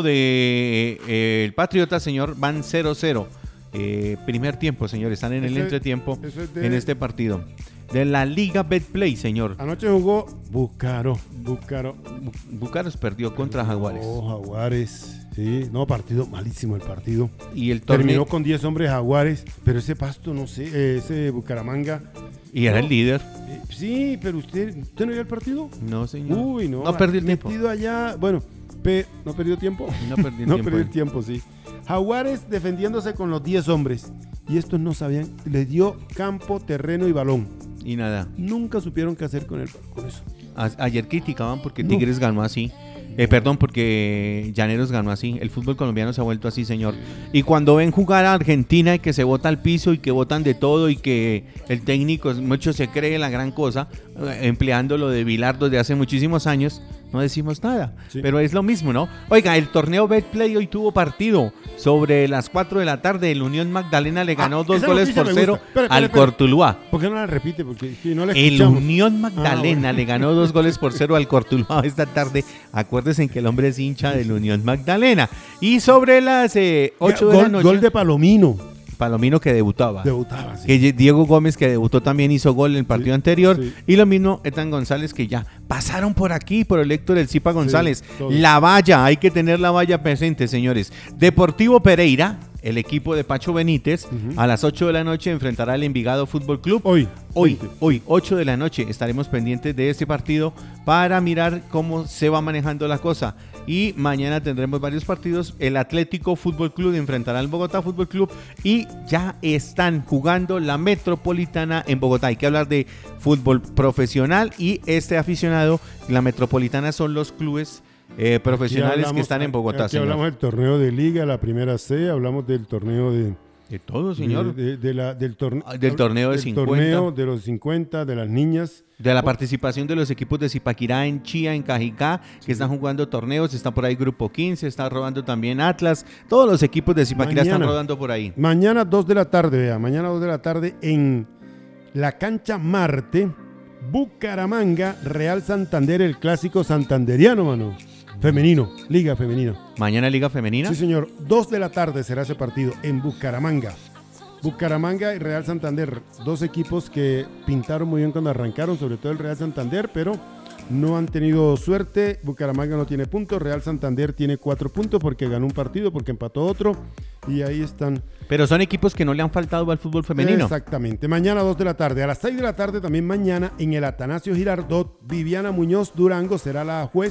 de eh, el Patriota, señor, van cero cero. Eh, primer tiempo, señor, están en el Ese- entretiempo eso es de- en este partido. De la Liga Betplay, señor. Anoche jugó Búcaro. Búcaro. Bucaros perdió contra Jaguares. Oh, Jaguares. Sí, no, partido malísimo el partido. Y el Terminó torneo. con diez hombres Jaguares, pero ese Pasto, no sé, eh, ese Bucaramanga. Y era no. el líder. eh, sí, pero usted, ¿usted no vio el partido? No, señor. Uy, no. No perdió el tiempo. Metido allá, bueno, pe- no perdió tiempo. No perdió el no tiempo. perdió el tiempo, sí. Jaguares defendiéndose con los diez hombres. Y estos no sabían, les dio campo, terreno y balón. Y nada. Nunca supieron qué hacer con, el, con eso. A- ayer criticaban porque No. Tigres ganó así. Eh, perdón, porque Llaneros ganó así. El fútbol colombiano se ha vuelto así, señor. Y cuando ven jugar a Argentina y que se bota al piso y que botan de todo y que el técnico, mucho se cree la gran cosa, eh, empleando lo de Bilardo de hace muchísimos años, no decimos nada. Sí. Pero es lo mismo, ¿no? Oiga, el torneo Betplay hoy tuvo partido. Sobre las cuatro de la tarde, el Unión Magdalena le ganó Ah, dos esa goles noticia por me cero gusta. Espera, espera, al espera. Cortuluá. ¿Por qué no la repite? Porque si no la El escuchamos. Unión Magdalena Ah, bueno. le ganó dos goles por cero al Cortuluá esta tarde. Acuérdense que el hombre es hincha del Unión Magdalena. Y sobre las eh, ocho de gol, la noche, gol de Palomino. Palomino que debutaba. Debutaba, sí. Que Diego Gómez, que debutó, también hizo gol en el partido Sí, anterior. sí. Y lo mismo Etan González, que ya pasaron por aquí, por el Héctor El Zipa González. todos. La valla, hay que tener la valla presente, señores. Deportivo Pereira, el equipo de Pacho Benítez, Ujú. a las ocho de la noche enfrentará al Envigado Fútbol Club. Hoy. Hoy, veinte. hoy, ocho de la noche, estaremos pendientes de este partido para mirar cómo se va manejando la cosa. Y mañana tendremos varios partidos. El Atlético Fútbol Club enfrentará al Bogotá Fútbol Club y ya están jugando la Metropolitana en Bogotá. Hay que hablar de fútbol profesional y este aficionado. La Metropolitana son los clubes eh, profesionales Aquí hablamos- que están en Bogotá, Aquí señor. hablamos del torneo de Liga, la primera C, hablamos del torneo de... De todo, señor. De, de- de la, del, torne- Ah, del torneo de del cincuenta. torneo de los cincuenta, de las niñas. De la participación de los equipos de Zipaquirá en Chía, en Cajicá, que están jugando torneos. Está por ahí Grupo quince, está rodando también Atlas. Todos los equipos de Zipaquirá están Mañana. rodando por ahí. Mañana dos de la tarde, vea, mañana dos de la tarde en la cancha Marte, Bucaramanga, Real Santander, el clásico santanderiano, mano. Femenino, Liga Femenina. Mañana Liga Femenina. Sí, señor. Dos de la tarde será ese partido en Bucaramanga. Bucaramanga y Real Santander, dos equipos que pintaron muy bien cuando arrancaron, sobre todo el Real Santander, pero no han tenido suerte. Bucaramanga no tiene puntos, Real Santander tiene cuatro puntos porque ganó un partido, porque empató otro, y ahí están. Pero son equipos que no le han faltado al fútbol femenino. Exactamente. Mañana dos de la tarde. A las seis de la tarde también mañana en el Atanasio Girardot, Viviana Muñoz Durango será la juez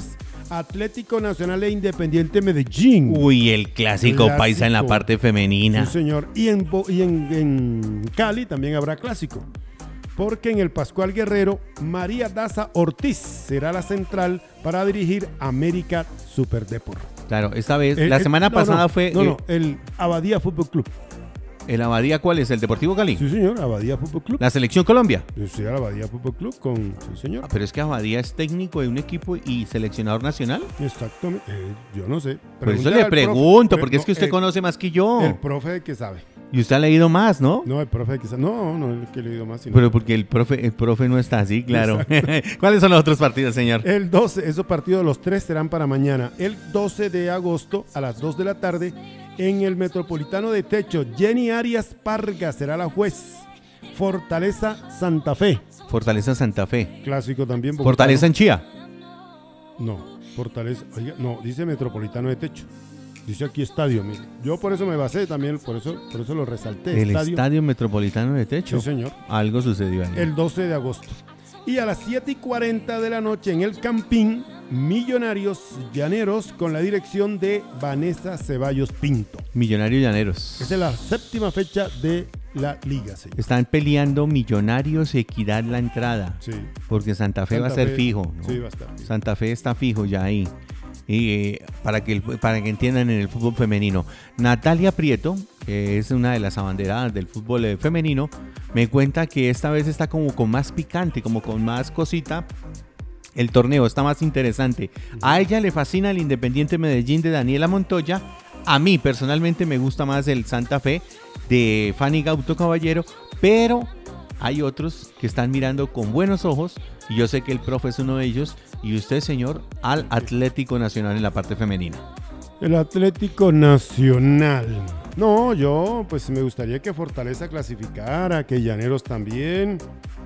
Atlético Nacional e Independiente Medellín. Uy, el clásico, clásico paisa en la parte femenina. Sí, señor. Y en, y en, en Cali también habrá clásico. Porque en el Pascual Guerrero, María Daza Ortiz será la central para dirigir América Superdeport. Claro, esta vez, el, la semana el, pasada no, no, fue... No, eh, no, el Abadía Fútbol Club. ¿El Abadía cuál es? ¿El Deportivo Cali? Sí, señor, Abadía Fútbol Club. ¿La Selección Colombia? Sí, el Abadía Fútbol Club con... Sí, señor. Ah, pero es que Abadía es técnico de un equipo y seleccionador nacional. Exactamente. Eh, yo no sé. Por eso le pregunto, profe, porque no, es que usted el, conoce más que yo. El profe que sabe. Y usted ha leído más, ¿no? No, el profe que sabe. No, no, el que he leído más. Sino pero porque el profe, el profe no está así, claro. ¿Cuáles son los otros partidos, señor? El doce, esos partidos, los tres serán para mañana. El doce de agosto a las dos de la tarde. En el Metropolitano de Techo, Jenny Arias Parga será la juez. Fortaleza Santa Fe. Fortaleza Santa Fe. Clásico también. Bogotano. Fortaleza en Chía. No, Fortaleza. Oiga, no, dice Metropolitano de Techo. Dice aquí estadio. Mire. Yo por eso me basé también, por eso, por eso lo resalté. El estadio. Estadio Metropolitano de Techo. Sí, señor. Algo sucedió ahí. El doce de agosto. Y a las siete y cuarenta de la noche en el Campín, Millonarios Llaneros con la dirección de Vanessa Ceballos Pinto. Millonarios Llaneros. Esa es la séptima fecha de la liga, señor. Están peleando Millonarios y Equidad la entrada. Sí. Porque Santa Fe Santa va a ser Fe, fijo, ¿no? Sí, va a estar fijo. Santa Fe está fijo ya ahí. Y eh, para que para que entiendan en el fútbol femenino, Natalia Prieto, que es una de las abanderadas del fútbol eh, femenino, me cuenta que esta vez está como con más picante, como con más cosita. El torneo está más interesante. A ella le fascina el Independiente Medellín de Daniela Montoya. A mí personalmente me gusta más el Santa Fe de Fanny Gauto Caballero, pero hay otros que están mirando con buenos ojos y yo sé que el profe es uno de ellos. Y usted, señor, al Atlético Nacional en la parte femenina. El Atlético Nacional. No, yo pues me gustaría que Fortaleza clasificara, que Llaneros también,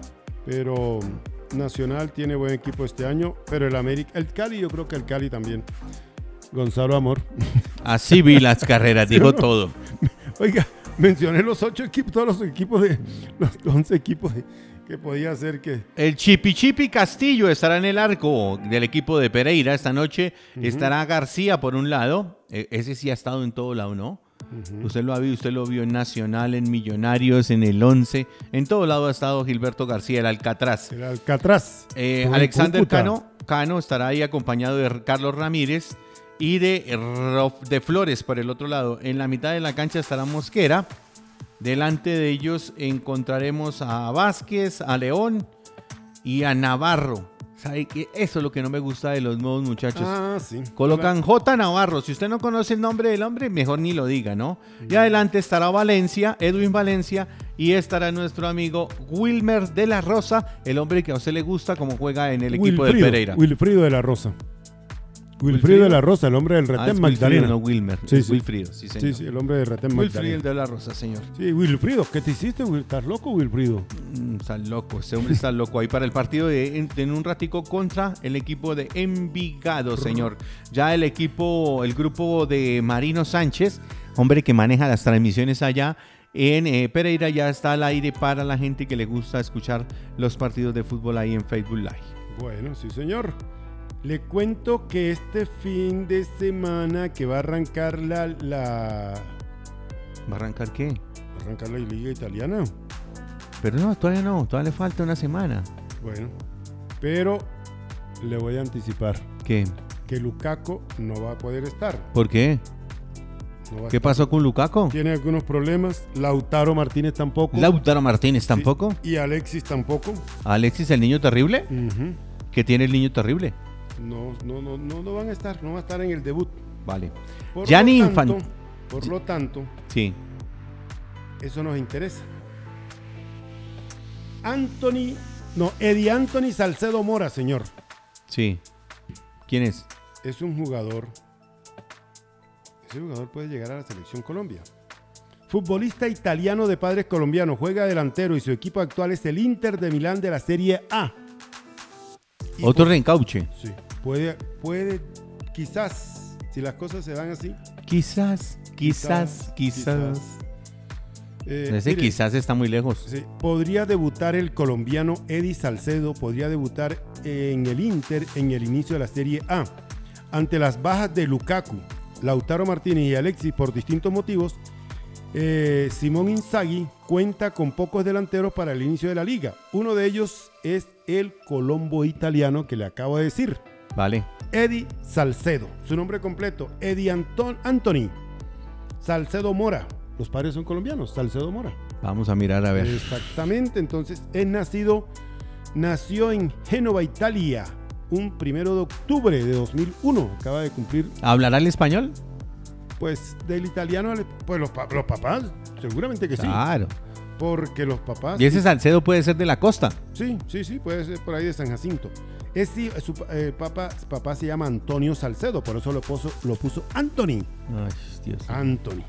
pero Nacional tiene buen equipo este año, pero el América, el Cali, yo creo que el Cali también. Gonzalo Amor. Así vi las carreras, ¿Sí dijo no? todo. Oiga, mencioné los ocho equipos, todos los equipos de, los once equipos de, que podía ser que... El Chipi Chipi Castillo estará en el arco del equipo de Pereira esta noche. Uh-huh. Estará García por un lado. E- ese sí ha estado en todo lado, ¿no? Uh-huh. Usted lo ha visto, usted lo vio en Nacional, en Millonarios, en el once. En todo lado ha estado Gilberto García, el Alcatraz. El Alcatraz. Eh, Alexander Cano, Cano estará ahí acompañado de Carlos Ramírez y de, de Flores por el otro lado. En la mitad de la cancha estará Mosquera. Delante de ellos encontraremos a Vázquez, a León y a Navarro. ¿Sabe qué? Eso es lo que no me gusta de los nuevos muchachos. Ah, sí. Colocan J. Navarro. Si usted no conoce el nombre del hombre, mejor ni lo diga, ¿no? Y adelante estará Valencia, Edwin Valencia, y estará nuestro amigo Wilmer de la Rosa, el hombre que a usted le gusta como juega en el equipo Wilfrido, de Pereira. Wilfrido de la Rosa. Wilfrido, Wilfrido de la Rosa, el hombre del Retén ah, es Magdalena. Wilfrido, no Wilmer. Sí, es sí. Wilfrido, sí, señor. Sí, sí, el hombre del Retén Magdalena. Wilfrido de la Rosa, señor. Sí, Wilfrido, ¿qué te hiciste? Wil- ¿Estás loco, Wilfrido? Mm, está loco, este hombre está loco ahí para el partido de en, en un ratico contra el equipo de Envigado, señor. Ya el equipo, el grupo de Marino Sánchez, hombre que maneja las transmisiones allá en eh, Pereira, ya está al aire para la gente que le gusta escuchar los partidos de fútbol ahí en Facebook Live. Bueno, sí, señor. Le cuento que este fin de semana que va a arrancar la... la ¿Va a arrancar qué? ¿Va a arrancar la liga italiana? Pero no, todavía no, todavía le falta una semana. Bueno, pero le voy a anticipar ¿Qué? que Lukaku no va a poder estar. ¿Por qué? No va a ¿Qué estar. pasó con Lukaku? Tiene algunos problemas. Lautaro Martínez tampoco. Lautaro Martínez Sí, tampoco. y Alexis tampoco. Alexis, el niño terrible. Uh-huh. ¿Qué tiene el niño terrible? No, no, no, no, no van a estar, no va a estar en el debut. Vale. Por Gianni lo tanto, Infant- Por lo tanto, Sí. eso nos interesa. Anthony, no, Eddie Anthony Salcedo Mora, señor. Sí. ¿Quién es? Es un jugador. Ese jugador puede llegar a la selección Colombia. Futbolista italiano de padres colombianos, juega delantero y su equipo actual es el Inter de Milán de la Serie A. Y Otro pu- reencauche. Sí, puede, puede, quizás, si las cosas se dan así. Quizás, quizás, quizás. Eh, Ese mire, quizás está muy lejos. sí, podría debutar el colombiano Eddie Salcedo, podría debutar en el Inter en el inicio de la Serie A. ante las bajas de Lukaku, Lautaro Martínez y Alexis por distintos motivos, eh, Simón Inzaghi cuenta con pocos delanteros para el inicio de la liga. Uno de ellos es el Colombo italiano que le acabo de decir. Vale. Eddie Salcedo. Su nombre completo, Eddie Anton- Anthony Salcedo Mora. Los padres son colombianos, Salcedo Mora. Vamos a mirar a ver. Exactamente, entonces es nacido, nació en Génova, Italia, un primero de octubre de dos mil uno. Acaba de cumplir. ¿Hablará el español? Pues del italiano, pues los, pa- los papás, seguramente que sí. Claro. Porque los papás. Y ese Salcedo puede ser de la costa. Sí, sí, sí, puede ser por ahí de San Jacinto. Es, sí, su eh, papá, papá se llama Antonio Salcedo, por eso lo puso, lo puso Anthony. Ay, Dios. Anthony.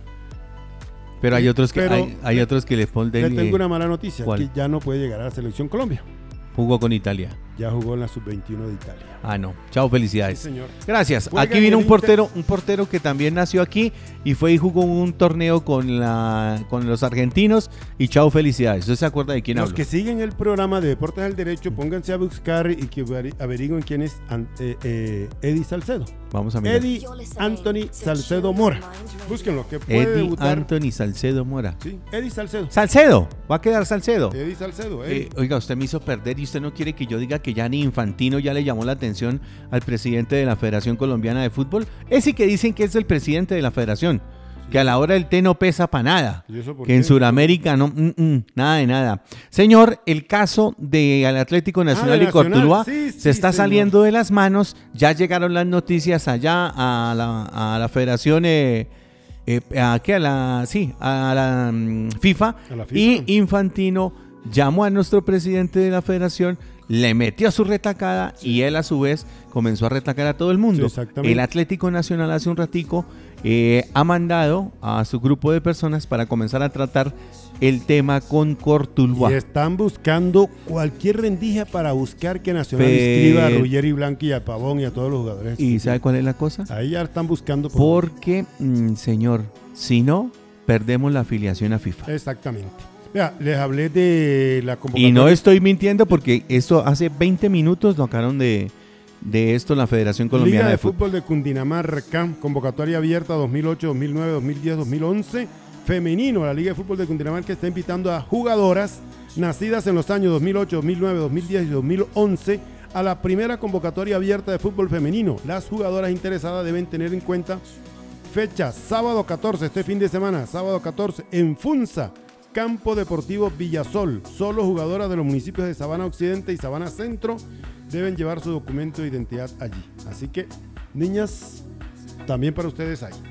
Pero hay otros que Pero hay, hay otros que le ponen. Le tengo una mala noticia, ¿cuál? que ya no puede llegar a la selección Colombia. Jugó con Italia. Ya jugó en la sub veintiuno de Italia. Ah, no. Chao, felicidades. Sí, señor. Gracias. Juega Aquí en vino el un portero, un portero que también nació aquí y fue y jugó un torneo con la con los argentinos y chao, felicidades. ¿Usted se acuerda de quién Los hablo? que siguen el programa de Deportes al Derecho, pónganse a buscar y que averi- averigüen quién es an- eh, eh, Eddie Salcedo. Vamos a mirar. Eddie Anthony Salcedo Mora. Búsquenlo, que puede Eddie debutar. Anthony Salcedo Mora. Sí, Eddie Salcedo. Salcedo, va a quedar Salcedo. Eddie Salcedo. Eddie. Eh, oiga, usted me hizo perder y usted no quiere que yo diga que ya ni Infantino ya le llamó la atención al presidente de la Federación Colombiana de Fútbol. Ese que dicen que es el presidente de la federación, que a la hora del té no pesa para nada, ¿Y eso por que en qué? Sudamérica no, mm, mm, nada de nada. Señor, el caso del Atlético Nacional de y Nacional. Cortuluá Sí, sí, se está señor. saliendo de las manos. Ya llegaron las noticias allá a la, a la Federación. Eh, eh, ¿a qué? A la, sí, a la mm, FIFA, A la FIFA. y Infantino llamó a nuestro presidente de la federación, le metió su retacada y él a su vez comenzó a retacar a todo el mundo. Sí, exactamente. El Atlético Nacional hace un ratico eh, ha mandado a su grupo de personas para comenzar a tratar el tema con Cortuluá. Y están buscando cualquier rendija para buscar que Nacional Pe- inscriba a Ruggeri Blanco y a Pavón y a todos los jugadores. ¿Y sabe cuál es la cosa? Ahí ya están buscando. por- Porque, mm, señor, si no, perdemos la afiliación a FIFA. Exactamente. Vea, les hablé de la convocatoria. Y no estoy mintiendo porque esto hace veinte minutos lo acabaron de, de esto la Federación Colombiana Liga de de Fútbol. Fútbol de Cundinamarca, convocatoria abierta dos mil ocho, dos mil nueve, dos mil diez, dos mil once. Femenino, la Liga de Fútbol de Cundinamarca está invitando a jugadoras nacidas en los años dos mil ocho, dos mil nueve, dos mil diez y dos mil once a la primera convocatoria abierta de fútbol femenino. Las jugadoras interesadas deben tener en cuenta fecha, sábado catorce, este fin de semana, sábado catorce, en Funza, Campo Deportivo Villasol. Solo jugadoras de los municipios de Sabana Occidente y Sabana Centro deben llevar su documento de identidad allí. Así que, niñas, también para ustedes hay.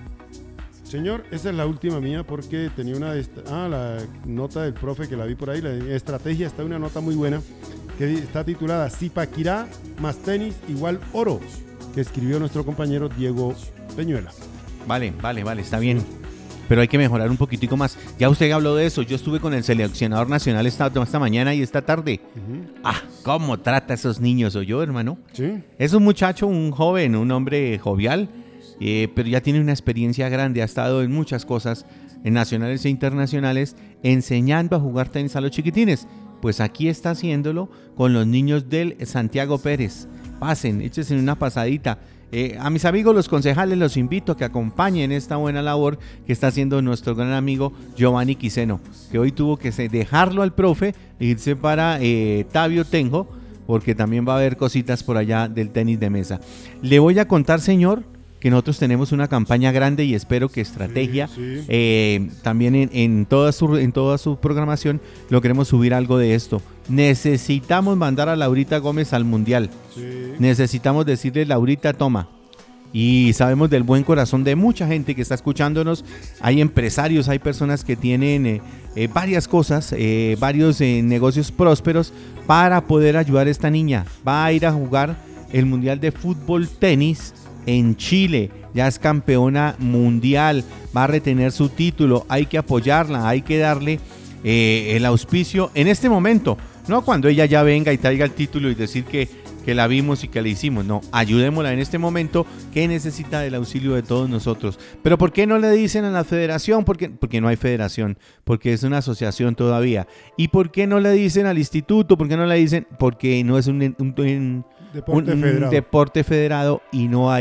Señor, esa es la última mía porque tenía una... Esta, ah, la nota del profe que la vi por ahí, la estrategia, está una nota muy buena que está titulada Zipaquirá más tenis igual oro, que escribió nuestro compañero Diego Peñuela. Vale, vale, vale, está bien. Pero hay que mejorar un poquitico más. Ya usted habló de eso. Yo estuve con el seleccionador nacional esta, esta mañana y esta tarde. Uh-huh. Ah, cómo trata a esos niños, ¿o yo, hermano? Sí. Es un muchacho, un joven, un hombre jovial, eh, pero ya tiene una experiencia grande. Ha estado en muchas cosas, en nacionales e internacionales, enseñando a jugar tenis a los chiquitines. Pues aquí está haciéndolo con los niños del Santiago Pérez. Pasen, échense una pasadita. Eh, a mis amigos los concejales los invito a que acompañen esta buena labor que está haciendo nuestro gran amigo Giovanni Quiseno, que hoy tuvo que dejarlo al profe e irse para eh, Tabio Tenjo, porque también va a haber cositas por allá del tenis de mesa. Le voy a contar, señor, que nosotros tenemos una campaña grande y espero que Estrategia Sí, sí. eh, también en, en, toda su, en toda su programación logremos subir algo de esto. Necesitamos mandar a Laurita Gómez al Mundial. Sí. Necesitamos decirle, Laurita, toma. Y sabemos del buen corazón de mucha gente que está escuchándonos. Hay empresarios, hay personas que tienen eh, eh, varias cosas, eh, varios eh, negocios prósperos para poder ayudar a esta niña. Va a ir a jugar el Mundial de Fútbol Tenis en Chile. Ya es campeona mundial, va a retener su título. Hay que apoyarla, hay que darle eh, el auspicio en este momento. No cuando ella ya venga y traiga el título y decir que, que la vimos y que la hicimos. No, ayudémosla en este momento que necesita del auxilio de todos nosotros. Pero ¿por qué no le dicen a la federación? Porque, porque no hay federación, porque es una asociación todavía. ¿Y por qué no le dicen al instituto? ¿Por qué no le dicen? Porque no es un, un, un, Deporte un federado. deporte federado y no hay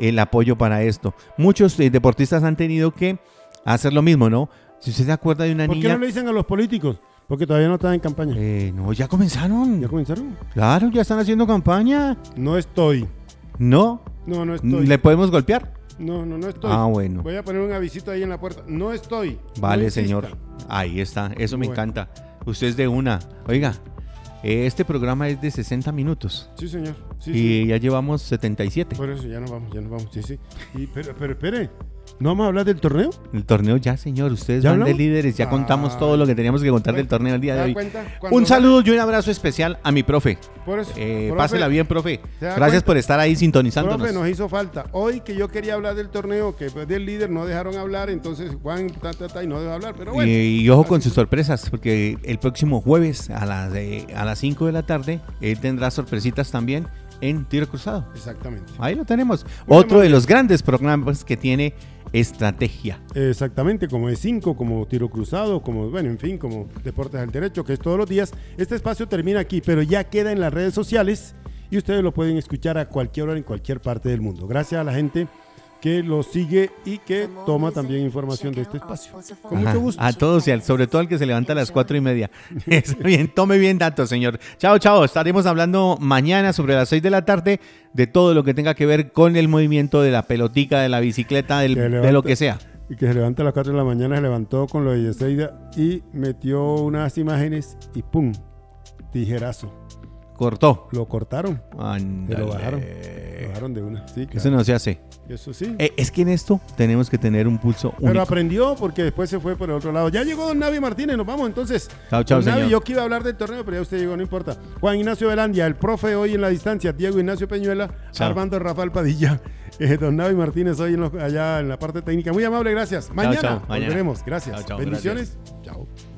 el apoyo para esto. Muchos eh, deportistas han tenido que hacer lo mismo, ¿no? Si usted se acuerda de una ¿Por niña... qué no le dicen a los políticos? Porque todavía no están en campaña. Eh, no, ya comenzaron. ¿Ya comenzaron? Claro, ya están haciendo campaña. No estoy. ¿No? No, no estoy. ¿Le podemos golpear? No, no, no estoy. Ah, bueno. Voy a poner un avisito ahí en la puerta. No estoy. Vale, No insista. señor. Ahí está. Eso me Bueno. encanta. Usted es de una. Oiga, eh, este programa es de sesenta minutos. Sí, señor. Sí, y sí. ya llevamos setenta y siete. Por eso ya nos vamos, ya nos vamos. Sí, sí. Y, pero, pero espere. ¿No vamos a hablar del torneo? El torneo ya, señor. Ustedes ¿Ya van de hablamos? líderes. Ya Ah. contamos todo lo que teníamos que contar del torneo el día ¿Te de das hoy. cuenta? Cuando Un gane- saludo y un abrazo especial a mi profe. Por eso. Eh, Profe, pásela bien, profe. ¿se da Gracias cuenta? por estar ahí sintonizándonos. Profe, nos hizo falta. Hoy que yo quería hablar del torneo, que pues, del líder no dejaron hablar, entonces Juan ta, ta, ta, y no dejó hablar, pero bueno. Y, y ojo con Así sus sorpresas, porque el próximo jueves a las, eh, a las cinco de la tarde, él tendrá sorpresitas también en Tiro Cruzado. Exactamente. Ahí lo tenemos. Muy Otro de amable. los grandes programas que tiene Estrategia. Exactamente, como E cinco, como tiro cruzado, como, bueno, en fin, como Deportes al Derecho, que es todos los días. Este espacio termina aquí, pero ya queda en las redes sociales y ustedes lo pueden escuchar a cualquier hora en cualquier parte del mundo. Gracias a la gente que lo sigue y que toma también información de este espacio. Con Ajá, mucho gusto. a todos y al, sobre todo al que se levanta a las cuatro y media. Está bien, tome bien datos, señor. Chao, chao. Estaremos hablando mañana sobre las seis de la tarde de todo lo que tenga que ver con el movimiento de la pelotica, de la bicicleta, del- Que de lo levanta- que sea. Y que se levanta a las cuatro de la mañana, se levantó con lo de Yeseida y metió unas imágenes y ¡pum! Tijerazo. Cortó. Lo cortaron, se Ándale. lo bajaron. Lo bajaron de una. Sí, Eso claro. no se hace. Eso sí. Eh, es que en esto tenemos que tener un pulso Pero único. aprendió porque después se fue por el otro lado. Ya llegó don Navi Martínez, nos vamos entonces. Chao, chao, Don Navi, señor. yo que iba a hablar del torneo, pero ya usted llegó, no importa. Juan Ignacio Velandia, el profe hoy en la distancia, Diego Ignacio Peñuela, Chao. Armando Rafael Padilla, eh, don Navi Martínez hoy en los- allá en la parte técnica. Muy amable, gracias. Mañana chao, mañana. volveremos. Gracias. Chao, chao, Bendiciones. Chao.